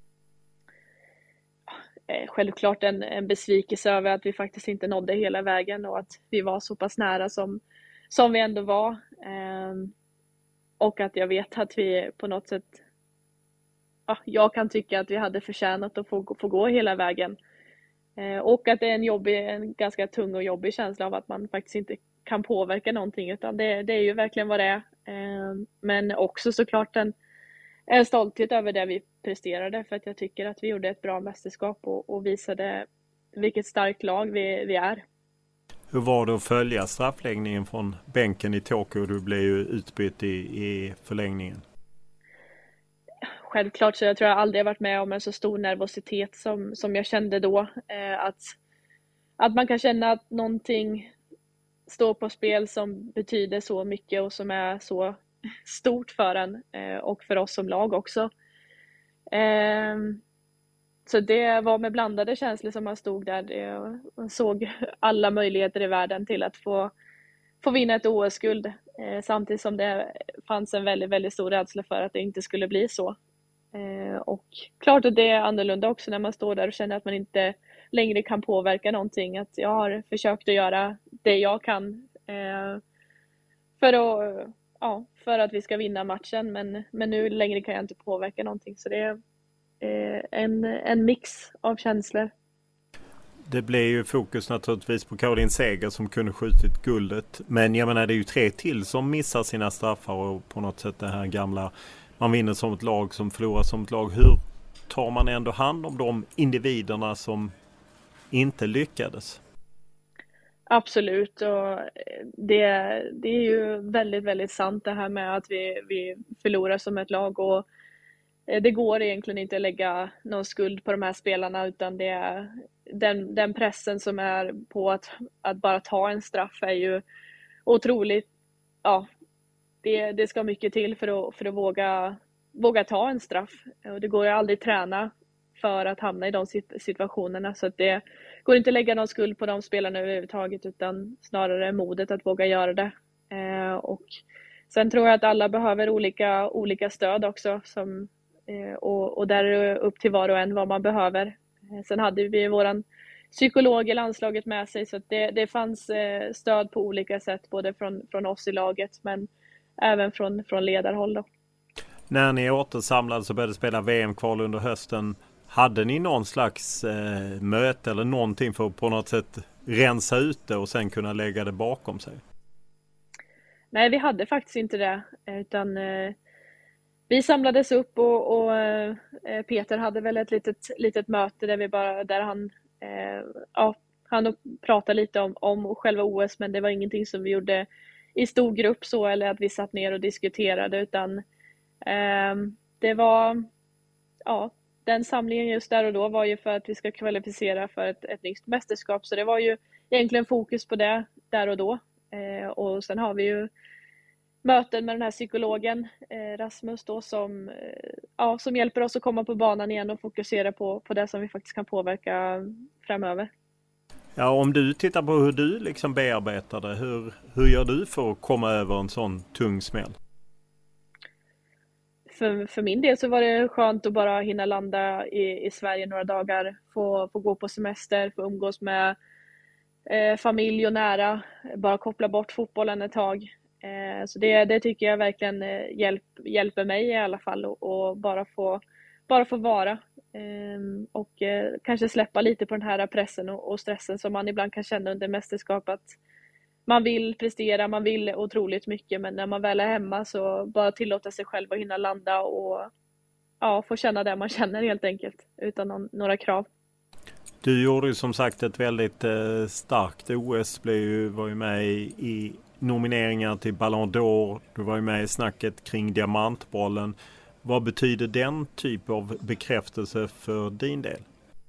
Självklart en besvikelse över att vi faktiskt inte nådde hela vägen och att vi var så pass nära som vi ändå var. Och att jag vet att vi på något sätt, jag kan tycka att vi hade förtjänat att få gå hela vägen. Och att det är en ganska tung och jobbig känsla av att man faktiskt inte kan påverka någonting, utan det är ju verkligen vad det är. Men också såklart en stolthet över det vi presterade, för att jag tycker att vi gjorde ett bra mästerskap och visade vilket starkt lag vi är. Hur var det att följa straffläggningen från bänken i Tokyo? Du blev ju utbytt i förlängningen. Självklart, så jag tror jag aldrig varit med om en så stor nervositet som jag kände då. Att man kan känna att någonting står på spel som betyder så mycket och som är så stort för en och för oss som lag också. Så det var med blandade känslor som man stod där. Jag såg alla möjligheter i världen till att få vinna ett OS-guld. Samtidigt som det fanns en väldigt, väldigt stor rädsla för att det inte skulle bli så. Och klart att det är annorlunda också när man står där och känner att man inte längre kan påverka någonting. Att jag har försökt att göra det jag kan för att vi ska vinna matchen. Men nu längre kan jag inte påverka någonting. Så det är en mix av känslor. Det blev ju fokus naturligtvis på Caroline Seger som kunde skjutit guldet. Men jag menar, det är ju 3 till som missar sina straffar och på något sätt det här gamla, man vinner som ett lag som förlorar som ett lag. Hur tar man ändå hand om de individerna som inte lyckades? Absolut, och det är ju väldigt, väldigt sant det här med att vi förlorar som ett lag, och det går egentligen inte att lägga någon skuld på de här spelarna, utan det är den pressen som är på att bara ta en straff är ju otroligt. Ja, det ska mycket till för att våga ta en straff, och det går ju aldrig träna för att hamna i de situationerna, så att det går inte att lägga någon skuld på de spelarna överhuvudtaget, utan snarare modet att våga göra det. Och sen tror jag att alla behöver olika stöd också, och där är det upp till var och en vad man behöver. Sen hade vi våran psykolog i landslaget med sig, så att det fanns stöd på olika sätt, både från oss i laget men även från ledarhåll då. När ni återsamlades och började spela VM-kval under hösten, hade ni någon slags möte eller någonting för att på något sätt rensa ut det och sen kunna lägga det bakom sig? Nej, vi hade faktiskt inte det, utan vi samlades upp och Peter hade väl ett litet möte där han pratade lite om själva OS, men det var ingenting som vi gjorde i stor grupp så, eller att vi satt ner och diskuterade, utan det var den samlingen just där och då var ju för att vi ska kvalificera för ett nytt mästerskap, så det var ju egentligen fokus på det där och då. Och sen har vi ju möten med den här psykologen Rasmus då, som hjälper oss att komma på banan igen och fokusera på det som vi faktiskt kan påverka framöver. Ja, om du tittar på hur du liksom bearbetar det, hur gör du för att komma över en sån tung smäll? För min del så var det skönt att bara hinna landa i Sverige några dagar, få gå på semester, få umgås med familj och nära, bara koppla bort fotbollen ett tag. Så det tycker jag verkligen hjälper mig i alla fall, och bara få vara och kanske släppa lite på den här pressen och stressen som man ibland kan känna under mästerskap, att man vill prestera, man vill otroligt mycket, men när man väl är hemma så bara tillåta sig själv att hinna landa och få känna det man känner helt enkelt, utan några krav. Du gjorde ju som sagt ett väldigt starkt OS, var ju med i nomineringar till Ballon d'Or, du var ju med i snacket kring diamantbollen. Vad betyder den typ av bekräftelse för din del?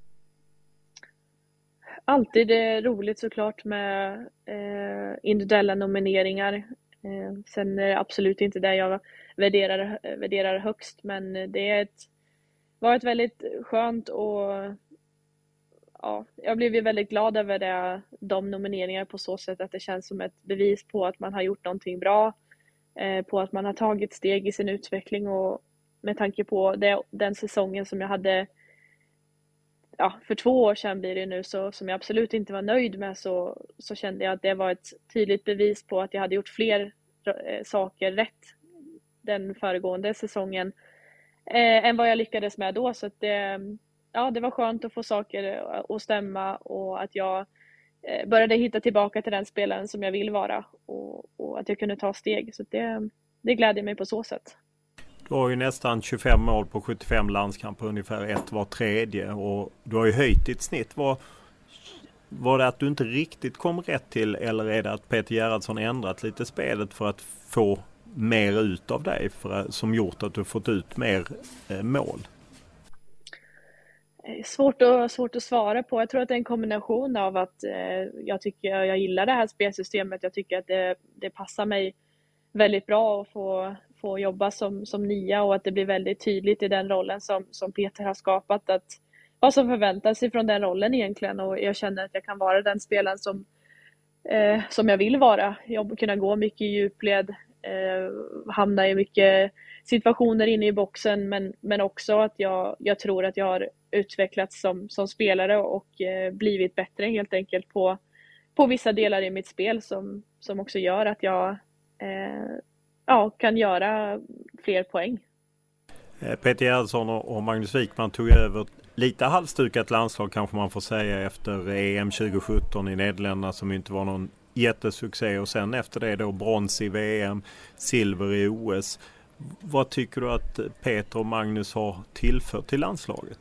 Alltid är roligt såklart med individuella nomineringar. Sen är det absolut inte det jag värderar högst, men det var ett väldigt skönt, och jag blev ju väldigt glad över de nomineringar på så sätt att det känns som ett bevis på att man har gjort någonting bra. på att man har tagit steg i sin utveckling, och med tanke på den säsongen som jag hade för 2 år sedan blir det nu, så som jag absolut inte var nöjd med, så kände jag att det var ett tydligt bevis på att jag hade gjort fler saker rätt den föregående säsongen än vad jag lyckades med då. Så att det var skönt att få saker att stämma, och att jag började hitta tillbaka till den spelaren som jag vill vara, och att jag kunde ta steg. Så det glädjer mig på så sätt. Du har ju nästan 25 mål på 75 landskamper, ungefär 1 var tredje, och du har ju höjt ditt snitt. Var det att du inte riktigt kom rätt till, eller är det att Peter Gerhardsson ändrat lite spelet för att få mer ut av dig, som gjort att du fått ut mer mål? Svårt att svara på. Jag tror att det är en kombination av att jag gillar det här spelsystemet. Jag tycker att det passar mig väldigt bra att få jobba som nia, och att det blir väldigt tydligt i den rollen som Peter har skapat, att vad som förväntas ifrån den rollen egentligen. Och jag känner att jag kan vara den spelaren som jag vill vara. Kunna gå mycket i djupled, hamna i mycket situationer inne i boxen, men också att jag tror att jag har utvecklats som spelare och blivit bättre helt enkelt på vissa delar i mitt spel som också gör att jag kan göra fler poäng. Peter Gerhardsson och Magnus Wikman tog över lite halvstukat landslag, kanske man får säga, efter EM 2017 i Nederländerna, som inte var någon jättesuccé, och sen efter det då brons i VM, silver i OS. Vad tycker du att Peter och Magnus har tillfört till landslaget?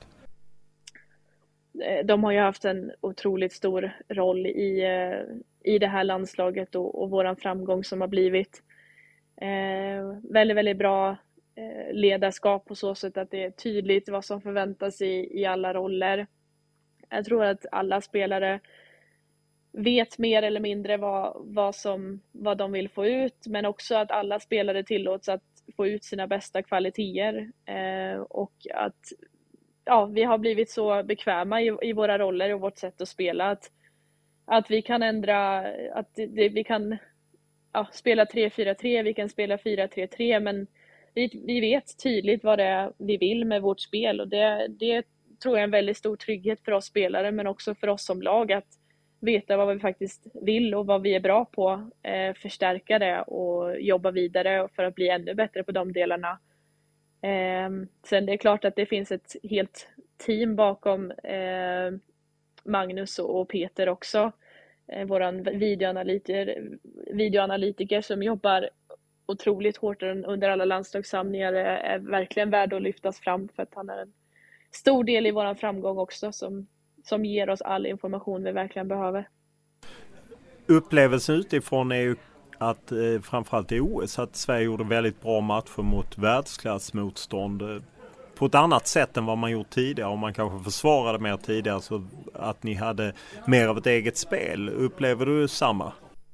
De har ju haft en otroligt stor roll i det här landslaget och våran framgång som har blivit. Väldigt, väldigt bra ledarskap på så sätt att det är tydligt vad som förväntas i alla roller. Jag tror att alla spelare vet mer eller mindre vad de vill få ut, men också att alla spelare tillåts att få ut sina bästa kvaliteter, och att vi har blivit så bekväma i våra roller och vårt sätt att spela att vi kan ändra, att vi kan spela 3-4-3, vi kan spela 4-3-3, men vi vet tydligt vad det är vi vill med vårt spel, och det tror jag är en väldigt stor trygghet för oss spelare, men också för oss som lag, att veta vad vi faktiskt vill och vad vi är bra på, förstärka det och jobba vidare för att bli ännu bättre på de delarna. Sen det är klart att det finns ett helt team bakom Magnus och Peter också. Våran videoanalytiker som jobbar otroligt hårt under alla landslagssamlingar är verkligen värd att lyftas fram, för att han är en stor del i våran framgång också, som ger oss all information vi verkligen behöver. Upplevelsen utifrån är ju att framförallt i OS att Sverige gjorde väldigt bra matcher mot världsklassmotstånd på ett annat sätt än vad man gjort tidigare, och man kanske försvarade mer tidigare, så att ni hade mer av ett eget spel. Upplever du samma?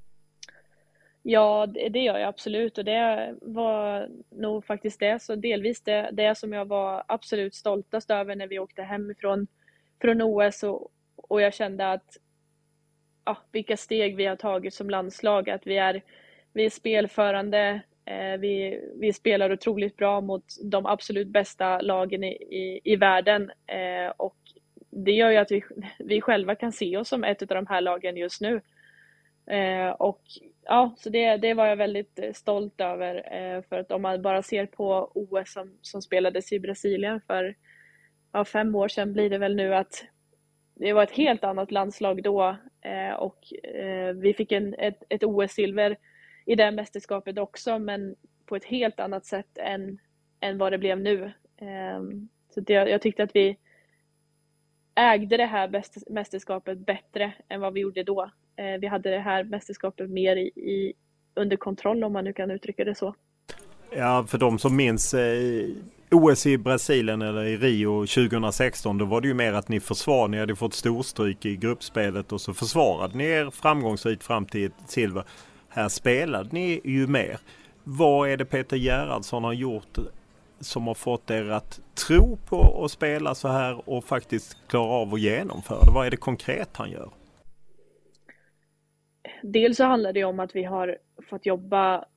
Ja, det gör jag absolut, och det var nog faktiskt det, så delvis det som jag var absolut stoltast över när vi åkte hem från OS, och jag kände att vilka steg vi har tagit som landslag, att vi är spelförande, vi spelar otroligt bra mot de absolut bästa lagen i världen, och det gör ju att vi själva kan se oss som ett av de här lagen just nu, och så det var jag väldigt stolt över, för att om man bara ser på OS som spelades i Brasilien för 5 år sedan blir det väl nu, att det var ett helt annat landslag då, och vi fick ett OS-silver i det mästerskapet också, men på ett helt annat sätt än vad det blev nu. Så jag tyckte att vi ägde det här mästerskapet bättre än vad vi gjorde då. Vi hade det här mästerskapet mer under kontroll, om man nu kan uttrycka det så. Ja, för de som minns OS i Brasilien eller i Rio 2016, då var det ju mer att ni försvarade. Ni hade fått storstryk i gruppspelet och så försvarade ni er framgångsrikt fram till ett silver. Här spelade ni ju mer. Vad är det Peter Gerhardsson har gjort som har fått er att tro på att spela så här och faktiskt klara av att genomföra det? Vad är det konkret han gör? Dels så handlar det om att vi har fått jobba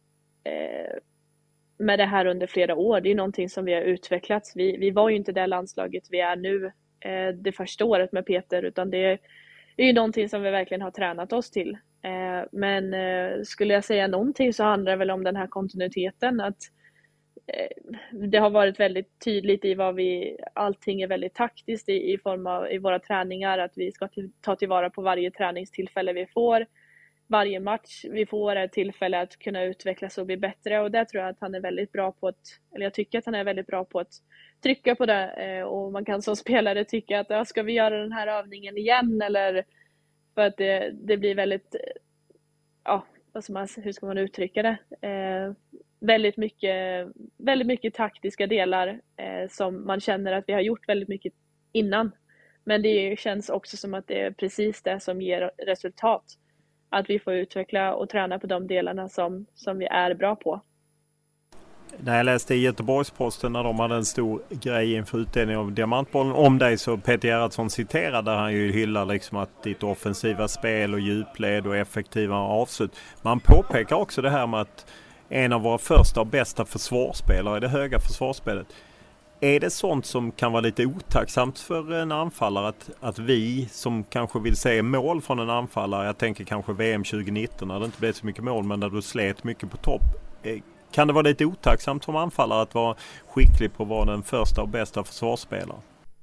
med det här under flera år. Det är någonting som vi har utvecklats. Vi var ju inte det landslaget vi är nu det första året med Peter, utan det är ju någonting som vi verkligen har tränat oss till. Men skulle jag säga någonting så handlar det väl om den här kontinuiteten, att det har varit väldigt tydligt i allting är väldigt taktiskt i form av i våra träningar, att vi ska ta tillvara på varje träningstillfälle vi får. Varje match vi får är ett tillfälle att kunna utvecklas och bli bättre, och där tror jag att han är väldigt bra på jag tycker att han är väldigt bra på att trycka på det, och man kan som spelare tycka att ska vi göra den här övningen igen, eller för att det blir väldigt, hur ska man uttrycka det? Väldigt mycket taktiska delar som man känner att vi har gjort väldigt mycket innan. Men det känns också som att det är precis det som ger resultat. Att vi får utveckla och träna på de delarna som vi är bra på. När jag läste i Göteborgs-Posten när de hade en stor grej inför utdelning av diamantbollen om dig, så Peter Gerhardsson citerade där han ju hyllar liksom att ditt offensiva spel och djupled och effektiva avslut. Man påpekar också det här med att en av våra första och bästa försvarsspelare i det höga försvarsspelet. Är det sånt som kan vara lite otacksamt för en anfallare, att vi som kanske vill se mål från en anfallare, jag tänker kanske VM 2019 när det inte blev så mycket mål men där du slet mycket på topp. Kan det vara lite otacksamt som anfallare att vara skicklig på att vara den första och bästa försvarsspelaren?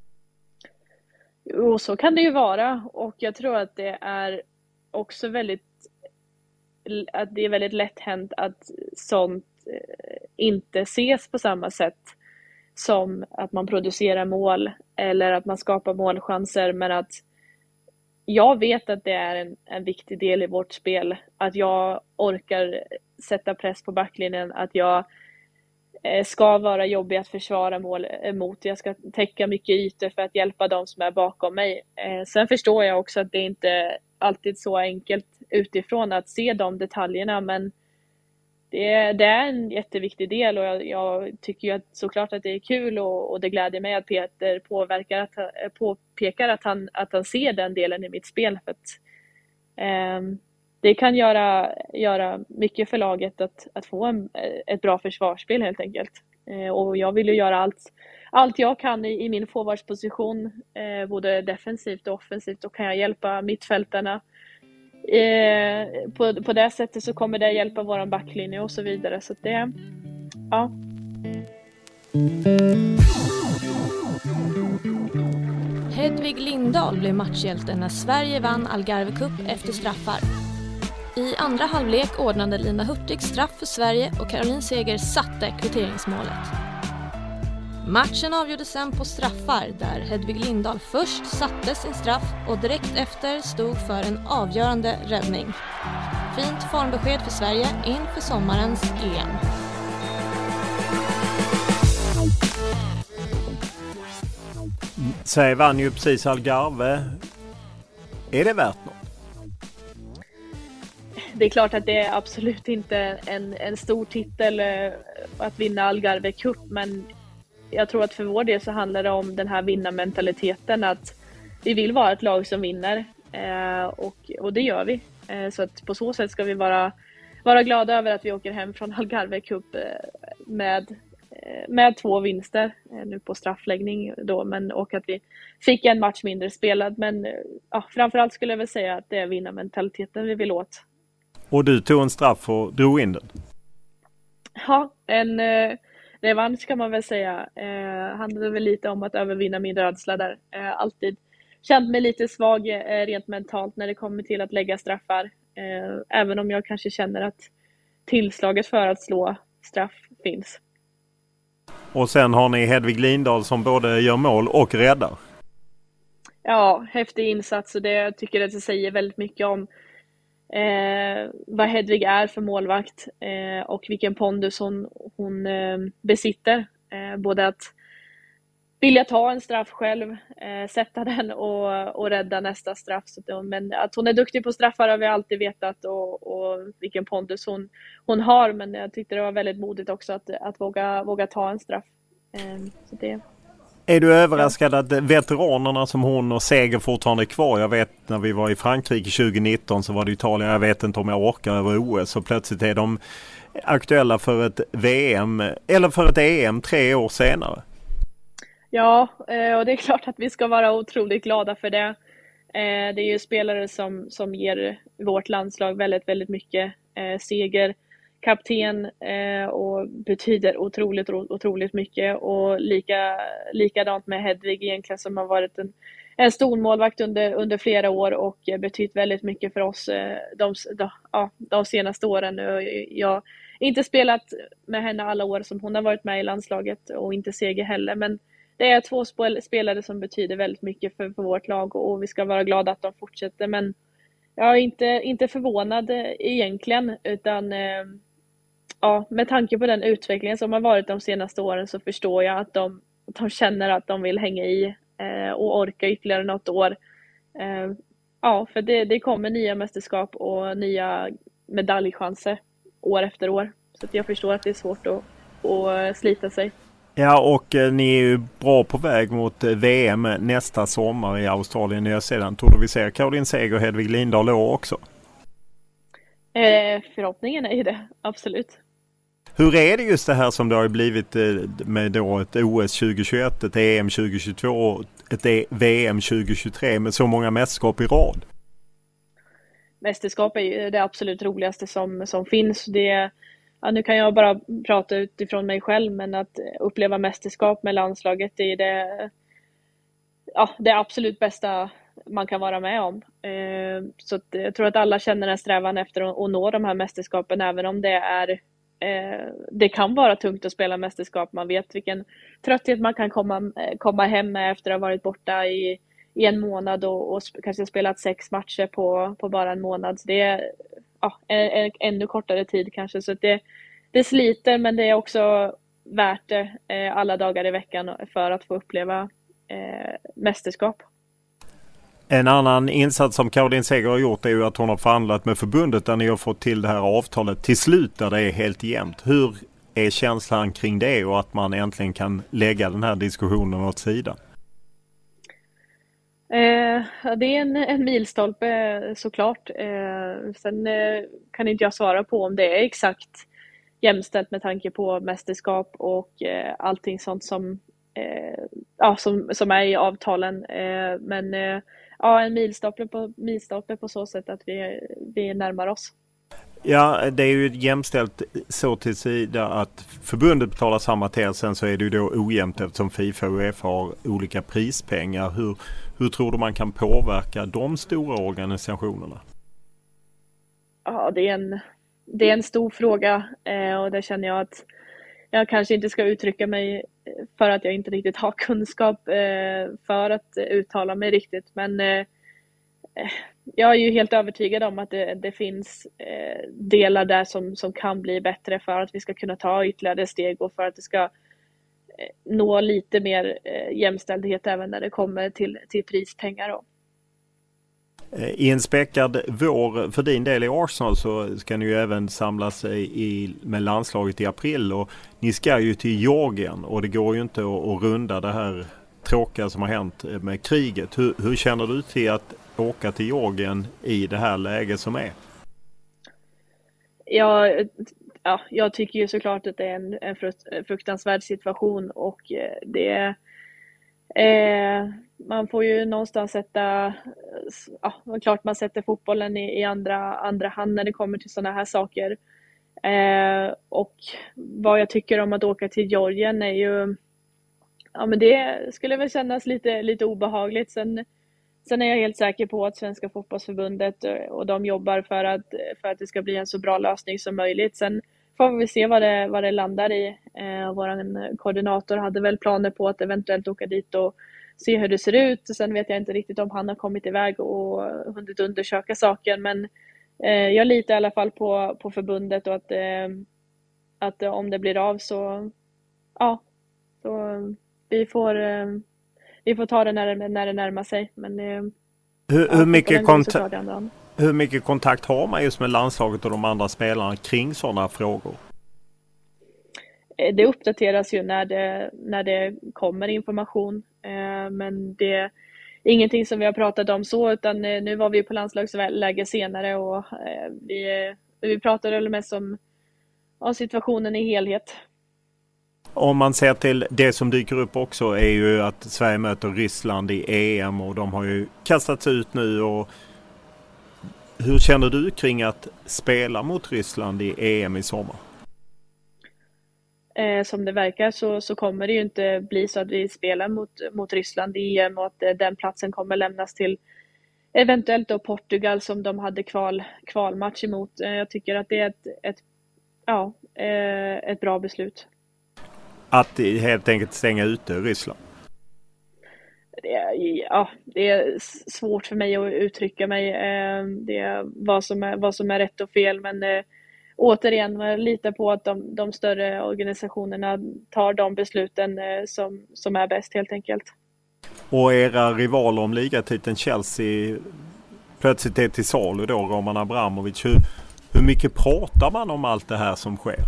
Jo, så kan det ju vara, och jag tror att det är också väldigt lätt hänt att sånt inte ses på samma sätt som att man producerar mål eller att man skapar målchanser, men att jag vet att det är en viktig del i vårt spel, att jag orkar sätta press på backlinjen, att jag ska vara jobbig att försvara mål emot, jag ska täcka mycket ytor för att hjälpa de som är bakom mig. Sen förstår jag också att det inte alltid så enkelt utifrån att se de detaljerna, men det är en jätteviktig del, och jag tycker ju såklart att det är kul, och det gläder mig att Peter påpekar att han ser den delen i mitt spel, för att det kan göra mycket för laget att få ett bra försvarsspel helt enkelt. Och jag vill ju göra allt jag kan i min forwardsposition, både defensivt och offensivt, och kan jag hjälpa mittfältarna på det sättet så kommer det hjälpa våran backlinje och så vidare, så att det, ja. Hedvig Lindahl blev matchhjälte när Sverige vann Algarve Cup efter straffar. I andra halvlek ordnade Lina Hurtig straff för Sverige och Caroline Seger satte kvitteringsmålet. Matchen avgjordes sen på straffar där Hedvig Lindahl först satte sin straff och direkt efter stod för en avgörande räddning. Fint formbesked för Sverige inför sommarens EM. Sverige vann ju precis Algarve. Är det värt något? Det är klart att det är absolut inte en stor titel att vinna Algarve Cup, men jag tror att för vår del så handlar det om den här vinnarmentaliteten, att vi vill vara ett lag som vinner, och det gör vi. Så att på så sätt ska vi vara glada över att vi åker hem från Algarve Cup med 2 vinster nu på straffläggning då, och att vi fick en match mindre spelad, men framförallt skulle jag väl säga att det är vinnarmentaliteten vi vill åt. Och du tog en straff och drog in den? Ja, en revansch kan man väl säga. Handlade väl lite om att övervinna min rädsla där. Alltid känt mig lite svag rent mentalt när det kommer till att lägga straffar. Även om jag kanske känner att tillslaget för att slå straff finns. Och sen har ni Hedvig Lindahl som både gör mål och räddar. Ja, häftig insats, och det tycker jag att det säger väldigt mycket om vad Hedvig är för målvakt, och vilken pondus hon besitter. Både att vilja ta en straff själv, sätta den och rädda nästa straff. Men att hon är duktig på straffar har vi alltid vetat, och vilken pondus hon har. Men jag tyckte det var väldigt modigt också att våga ta en straff. Så det. Är du överraskad att veteranerna som hon och Seger fortfarande är kvar? Jag vet när vi var i Frankrike 2019 så var det Italien. Jag vet inte om jag orkar över OS. Och plötsligt är de aktuella för ett VM eller för ett EM 3 år senare. Ja, och det är klart att vi ska vara otroligt glada för det. Det är ju spelare som ger vårt landslag väldigt, väldigt mycket. Seger, kapten och betyder otroligt mycket. Och likadant med Hedvig egentligen, som har varit en stor målvakt under flera år och betytt väldigt mycket för oss de senaste åren. Jag har inte spelat med henne alla år som hon har varit med i landslaget, och inte Seger heller, men det är 2 spelare som betyder väldigt mycket för vårt lag, och vi ska vara glada att de fortsätter. Men jag är inte förvånad egentligen, utan med tanke på den utvecklingen som har varit de senaste åren så förstår jag att de känner att de vill hänga i och orka ytterligare något år. För det kommer nya mästerskap och nya medaljchanser år efter år. Så att jag förstår att det är svårt att slita sig. Ja, och ni är ju bra på väg mot VM nästa sommar i Australien och Nya Zeeland. Tror du vi ser Caroline Seger och Hedvig Lindahl då också? Förhoppningen är ju det, absolut. Hur är det just det här som det har blivit med då ett OS 2021, ett EM 2022 och ett VM 2023 med så många mästerskap i rad? Mästerskap är ju det absolut roligaste som finns. Nu kan jag bara prata utifrån mig själv, men att uppleva mästerskap med landslaget är det absolut bästa man kan vara med om. Så att jag tror att alla känner en strävan efter att nå de här mästerskapen, även om det kan vara tungt att spela mästerskap. Man vet vilken trötthet man kan komma hem med efter att ha varit borta i en månad och kanske spelat 6 matcher på bara en månad. Så det är en ännu kortare tid kanske. Så att det sliter, men det är också värt det alla dagar i veckan för att få uppleva mästerskap. En annan insats som Caroline Seger har gjort är ju att hon har förhandlat med förbundet där ni har fått till det här avtalet till slut där det är helt jämnt. Hur är känslan kring det och att man äntligen kan lägga den här diskussionen åt sidan? Det är en milstolpe såklart. Sen kan inte jag svara på om det är exakt jämställt med tanke på mästerskap och allting sånt som är i avtalen. Men en milstolpe på så sätt att vi närmar oss. Ja, det är ju jämställt så till sida att förbundet betalar samma till, sen så är det ju då ojämnt eftersom FIFA och UEFA har olika prispengar. Hur tror du man kan påverka de stora organisationerna? Ja, det är en stor fråga och där känner jag att jag kanske inte ska uttrycka mig för att jag inte riktigt har kunskap för att uttala mig riktigt. Men jag är ju helt övertygad om att det finns delar där som kan bli bättre för att vi ska kunna ta ytterligare steg och för att det ska nå lite mer jämställdhet även när det kommer till prispengar då. I en späckad vår för din del i Arsenal så ska ni ju även samlas med landslaget i april och ni ska ju till Georgien och det går ju inte att runda det här tråkiga som har hänt med kriget. Hur känner du till att åka till Georgien i det här läget som är? Jag tycker ju såklart att det är en fruktansvärd situation och man får ju någonstans klart man sätter fotbollen i andra hand när det kommer till sådana här saker. Och vad jag tycker om att åka till Georgien är ju, men det skulle väl kännas lite obehagligt. Sen är jag helt säker på att Svenska fotbollsförbundet och de jobbar för att det ska bli en så bra lösning som möjligt. Sen får vi se vad det landar i. Vår koordinator hade väl planer på att eventuellt åka dit och se hur det ser ut. Sen vet jag inte riktigt om han har kommit iväg och hunnit undersöka saken. Men jag litar i alla fall på förbundet och att om det blir av så vi får ta det när det närmar sig. Men hur mycket kontakt har man just med landslaget och de andra spelarna kring sådana frågor? det uppdateras ju när det kommer information. Men det är ingenting som vi har pratat om så, utan nu var vi på landslagsläge senare och vi pratade mest om situationen i helhet. Om man ser till det som dyker upp också är ju att Sverige möter Ryssland i EM och de har ju kastats ut nu. Och hur känner du kring att spela mot Ryssland i EM i sommar? Som det verkar så kommer det ju inte bli så att vi spelar mot Ryssland i EM och att den platsen kommer lämnas till eventuellt då Portugal som de hade kvalmatch emot. Jag tycker att det är ett bra beslut. Att helt enkelt stänga ute Ryssland? Det är svårt för mig att uttrycka mig. Det är vad som är rätt och fel, men återigen, jag litar på att de större organisationerna tar de besluten som är bäst helt enkelt. Och era rivaler om ligatiteln Chelsea plötsligt är till salu då, Roman Abramovic. Hur mycket pratar man om allt det här som sker?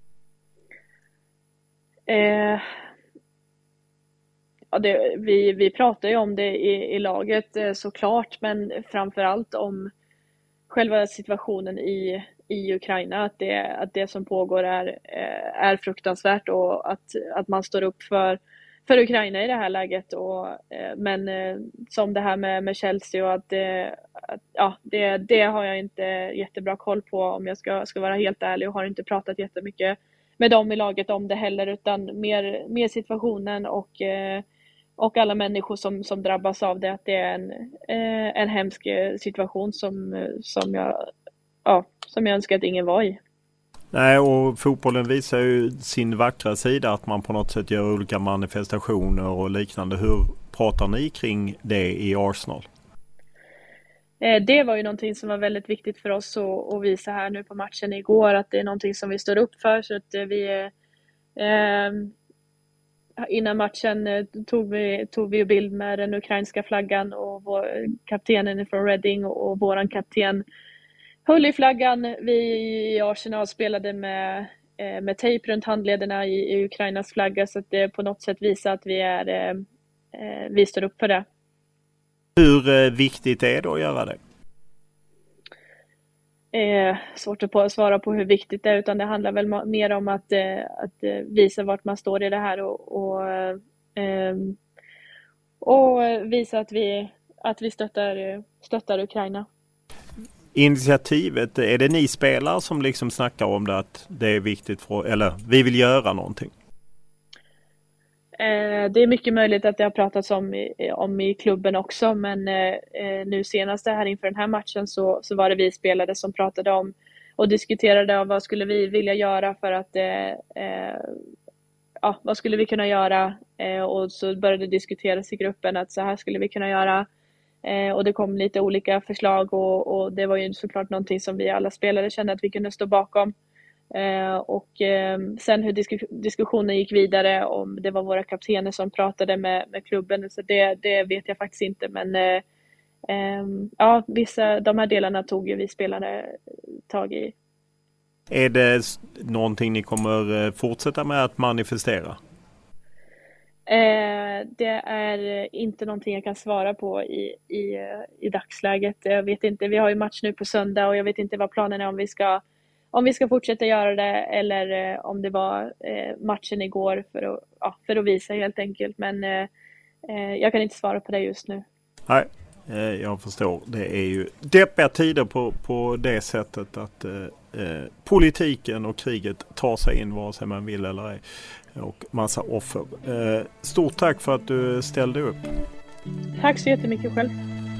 Vi pratar ju om det i laget såklart, men framförallt om själva situationen i Ukraina, att det som pågår är fruktansvärt och att man står upp för Ukraina i det här läget. Men som det här med Chelsea och det har jag inte jättebra koll på, om jag ska vara helt ärlig, och har inte pratat jättemycket med dem i laget om det heller, utan mer situationen och alla människor som drabbas av det, att det är en hemsk situation som jag önskar att ingen var i. Nej, och fotbollen visar ju sin vackra sida, att man på något sätt gör olika manifestationer och liknande. Hur pratar ni kring det i Arsenal? Det var ju någonting som var väldigt viktigt för oss att visa här nu på matchen igår, att det är någonting som vi står upp för. Så att vi innan matchen tog vi bild med den ukrainska flaggan, och kaptenen från Reading och våran kapten höll i flaggan. Vi i Arsenal spelade med tejp runt handlederna i Ukrainas flagga, så att det på något sätt visar att vi står upp för det. Hur viktigt är det att göra det? Svårt att svara på hur viktigt det är, utan det handlar väl mer om att visa vart man står i det här och visa att vi stöttar Ukraina. Initiativet, är det ni spelare som liksom snackar om det, att det är viktigt eller vi vill göra någonting? Det är mycket möjligt att det har pratats om i klubben också, men nu senast här inför den här matchen så var det vi spelare som pratade om och diskuterade om vad skulle vi vilja göra för att vad skulle vi kunna göra, och så började det diskuteras i gruppen att så här skulle vi kunna göra, och det kom lite olika förslag, och det var ju såklart någonting som vi alla spelare kände att vi kunde stå bakom. Och sen hur diskussionen gick vidare, om det var våra kaptener som pratade med klubben, så det vet jag faktiskt inte, men de här delarna tog ju vi spelare tag i. Är det någonting ni kommer fortsätta med att manifestera? Det är inte någonting jag kan svara på i dagsläget. Jag vet inte, vi har ju match nu på söndag och jag vet inte vad planen är, om vi ska fortsätta göra det eller om det var matchen igår för att visa helt enkelt. Men jag kan inte svara på det just nu. Nej, jag förstår. Det är ju deppiga tider på det sättet att politiken och kriget tar sig in vare sig man vill eller ej. Och massa offer. Stort tack för att du ställde upp. Tack så jättemycket själv.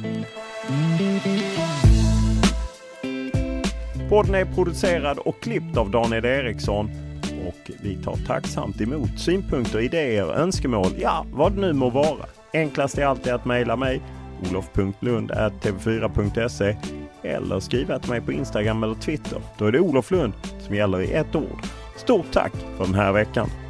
Podden är producerad och klippt av Daniel Eriksson, och vi tar tacksamt emot synpunkter, idéer, önskemål, vad det nu må vara. Enklast är alltid att mejla mig, olof.lund@tv4.se, eller skriva till mig på Instagram eller Twitter. Då är det Olof Lund som gäller i ett ord. Stort tack för den här veckan.